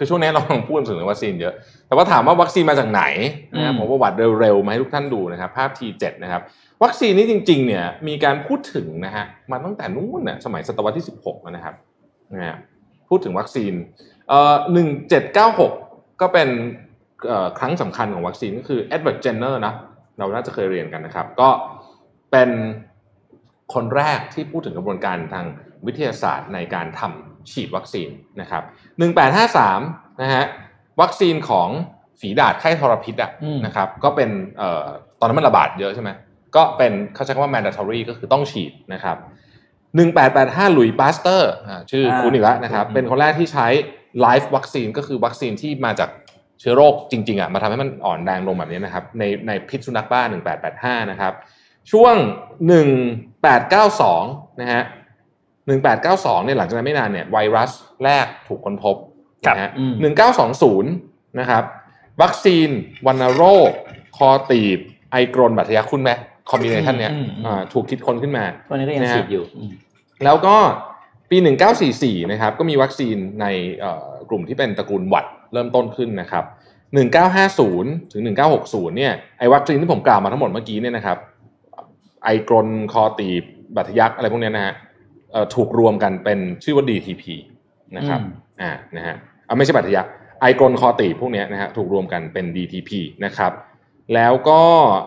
คือช่วงนี้เราลองพูดถึงวัคซีนเยอะแต่ว่าถามว่าวัคซีนมาจากไหนนะผมประวัติเร็วๆมาให้ทุกท่านดูนะครับภาพ ที เจ็ด นะครับวัคซีนนี้จริงๆเนี่ยมีการพูดถึงนะฮะมาตั้งแต่นู้นน่ะสมัยศตวรรษที่สิบหกนะครับนะฮะพูดถึงวัคซีนเอ่อหนึ่งเจ็ดเก้าหกก็เป็นเอ่อครั้งสำคัญของวัคซีนก็คือเอ็ดเวิร์ดเจนเนอร์นะเราน่าจะเคยเรียนกันนะครับก็เป็นคนแรกที่พูดถึงกระบวนการทางวิทยาศาสตร์ในการทำฉีดวัคซีนนะครับหนึ่งแปดห้าสามนะฮะวัคซีนของฝีดาษไข้ทรพิษอ่ะนะครับก็เป็นเอ่อตอนนั้นมันระบาดเยอะใช่ไหมก็เป็นเขาใช้คำว่า mandatory ก็คือต้องฉีดนะครับหนึ่งแปดแปดห้าหลุยส์ปาสเตอร์ชื่อคุ้นอีกแล้วนะครับเป็นคนแรกที่ใช้ live วัคซีนก็คือวัคซีนที่มาจากเชื้อโรคจริงๆอ่ะมาทำให้มันอ่อนแรงลงแบบนี้นะครับในในพิษสุนัขบ้าหนึ่งแปดแปดห้านะครับช่วงหนึ่งแปดเก้าสองนะฮะหนึ่งแปดเก้าสองเนี่ยหลังจากนั้นไม่นานเนี่ยไวรัสแรกถูกค้นพบนะฮะหนึ่งเก้าสองศูนย์นะครับวัคซีนวัณโรคคอตีบไอกรนบาดทะยักคุณไหมคอมบิเนชันเนี้ยถูกคิดค้นขึ้นมาตอนนี้ก็ยังฉีดอยู่แล้วก็ปีหนึ่งเก้าสี่สี่นะครับก็มีวัคซีนในกลุ่มที่เป็นตระกูลหวัดเริ่มต้นขึ้นนะครับหนึ่งเก้าห้าศูนย์ถึงหนึ่งเก้าหกศูนย์เนี่ยไอวัคซีนที่ผมกล่าวมาทั้งหมดเมื่อกี้เนี่ยนะครับไอกรนคอตีบบาดทะยักอะไรพวกนี้นะฮะถูกรวมกันเป็นชื่อว่า ดี ที พี นะครับอ่านะฮะเอาไม่ใช่บาดทะยักไอกรนคอตีบพวกนี้นะฮะถูกรวมกันเป็น ดี ที พี นะครับแล้วก็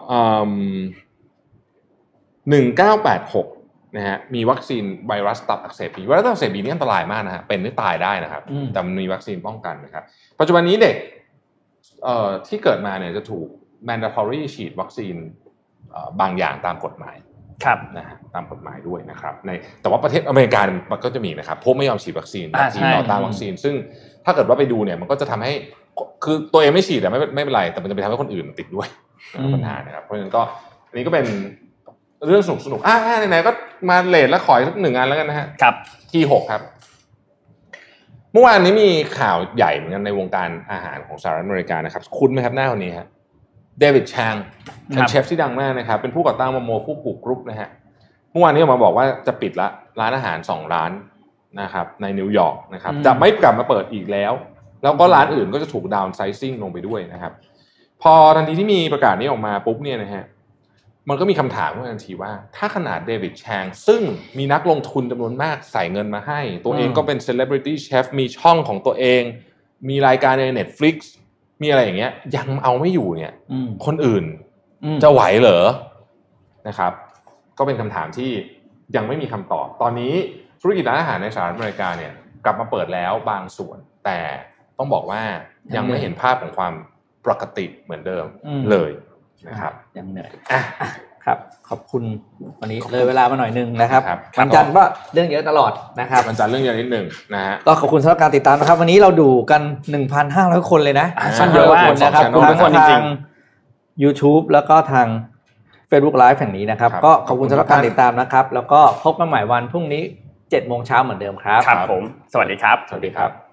หนึ่งเก้าแปดหกนะฮะมีวัคซีนไวรัสตับอักเสบบีไวรัสตับอักเสบบีนี่อันตรายมากนะฮะเป็นได้ตายได้นะครับแต่มันมีวัคซีนป้องกันนะครับปัจจุบันนี้เด็กเอ่อที่เกิดมาเนี่ยจะถูก mandatory ฉีดวัคซีนบางอย่างตามกฎหมายครับนะฮะตามกฎหมายด้วยนะครับในแต่ว่าประเทศอเมริกามันก็จะมีนะครับพวกไม่ยอมฉีดวัคซีนวัคซีนต่อต้านวัคซีนซึ่งถ้าเกิดว่าไปดูเนี่ยมันก็จะทำให้คือตัวเองไม่ฉีดแต่ไม่ไม่เป็นไรแต่มันจะไปทำให้คนอื่นติดด้วยปัญหานะครับเพราะฉะนั้นก็อันนี้ก็เป็นเรื่องสนุกสนุกอ่าไหนๆก็มาเลทแล้วขออีกสักหนึ่งอันแล้วกันนะฮะครับที หกครับเมื่อวานนี้มีข่าวใหญ่เหมือนกันในวงการอาหารของสหรัฐอเมริกานะครับคุ้นไหมครับหน้าคนนี้ฮะเดวิดแชงเป็นเชฟที่ดังมากนะครับเป็นผู้ก่อตั้งโมโมฟูกุกรุ๊ปนะฮะเมื่อวานนี้ออกมาบอกว่าจะปิดละร้านอาหารสองร้านนะครับในนิวยอร์กนะครับจะไม่กลับมาเปิดอีกแล้วแล้วก็ร้านอื่นก็จะถูกดาวน์ไซซิ่งลงไปด้วยนะครับพอทันทีที่มีประกาศนี้ออกมาปุ๊บเนี่ยนะฮะมันก็มีคำถามขึ้นทันทีว่าถ้าขนาดเดวิดแชงซึ่งมีนักลงทุนจำนวนมากใส่เงินมาให้ตัวเองก็เป็นเซเลบริตี้เชฟมีช่องของตัวเองมีรายการใน Netflix มีอะไรอย่างเงี้ยยังเอาไม่อยู่เนี่ยคนอื่นจะไหวเหรอนะครับก็เป็นคำถามที่ยังไม่มีคำตอบตอนนี้ธุรกิจร้านอาหารในสหรัฐอเมริกาเนี่ยกลับมาเปิดแล้วบางส่วนแต่ต้องบอกว่ายังไม่เห็นภาพของความปกติเหมือนเดิมเลยนะครับยังเหนื่อยอ่ะครับขอบคุณวันนี้เลยเวลามาหน่อยนึงนะครับวันจันทร์ก็เรื่องเยอะตลอดนะครับวันจันทร์เรื่องเยอะนิดนึงนะฮะก็ขอบคุณสำหรับการติดตามนะครับวันนี้เราดูกัน หนึ่งพันห้าร้อย คนเลยนะชั้นเยอะมากนะครับทุกคนจริงๆ YouTube แล้วก็ทาง Facebook Live แห่งนี้นะครับก็ขอบคุณสำหรับการติดตามนะครับแล้วก็พบกันใหม่วันพรุ่งนี้ เจ็ดโมง นเหมือนเดิมครับครับผมสวัสดีครับสวัสดีครับ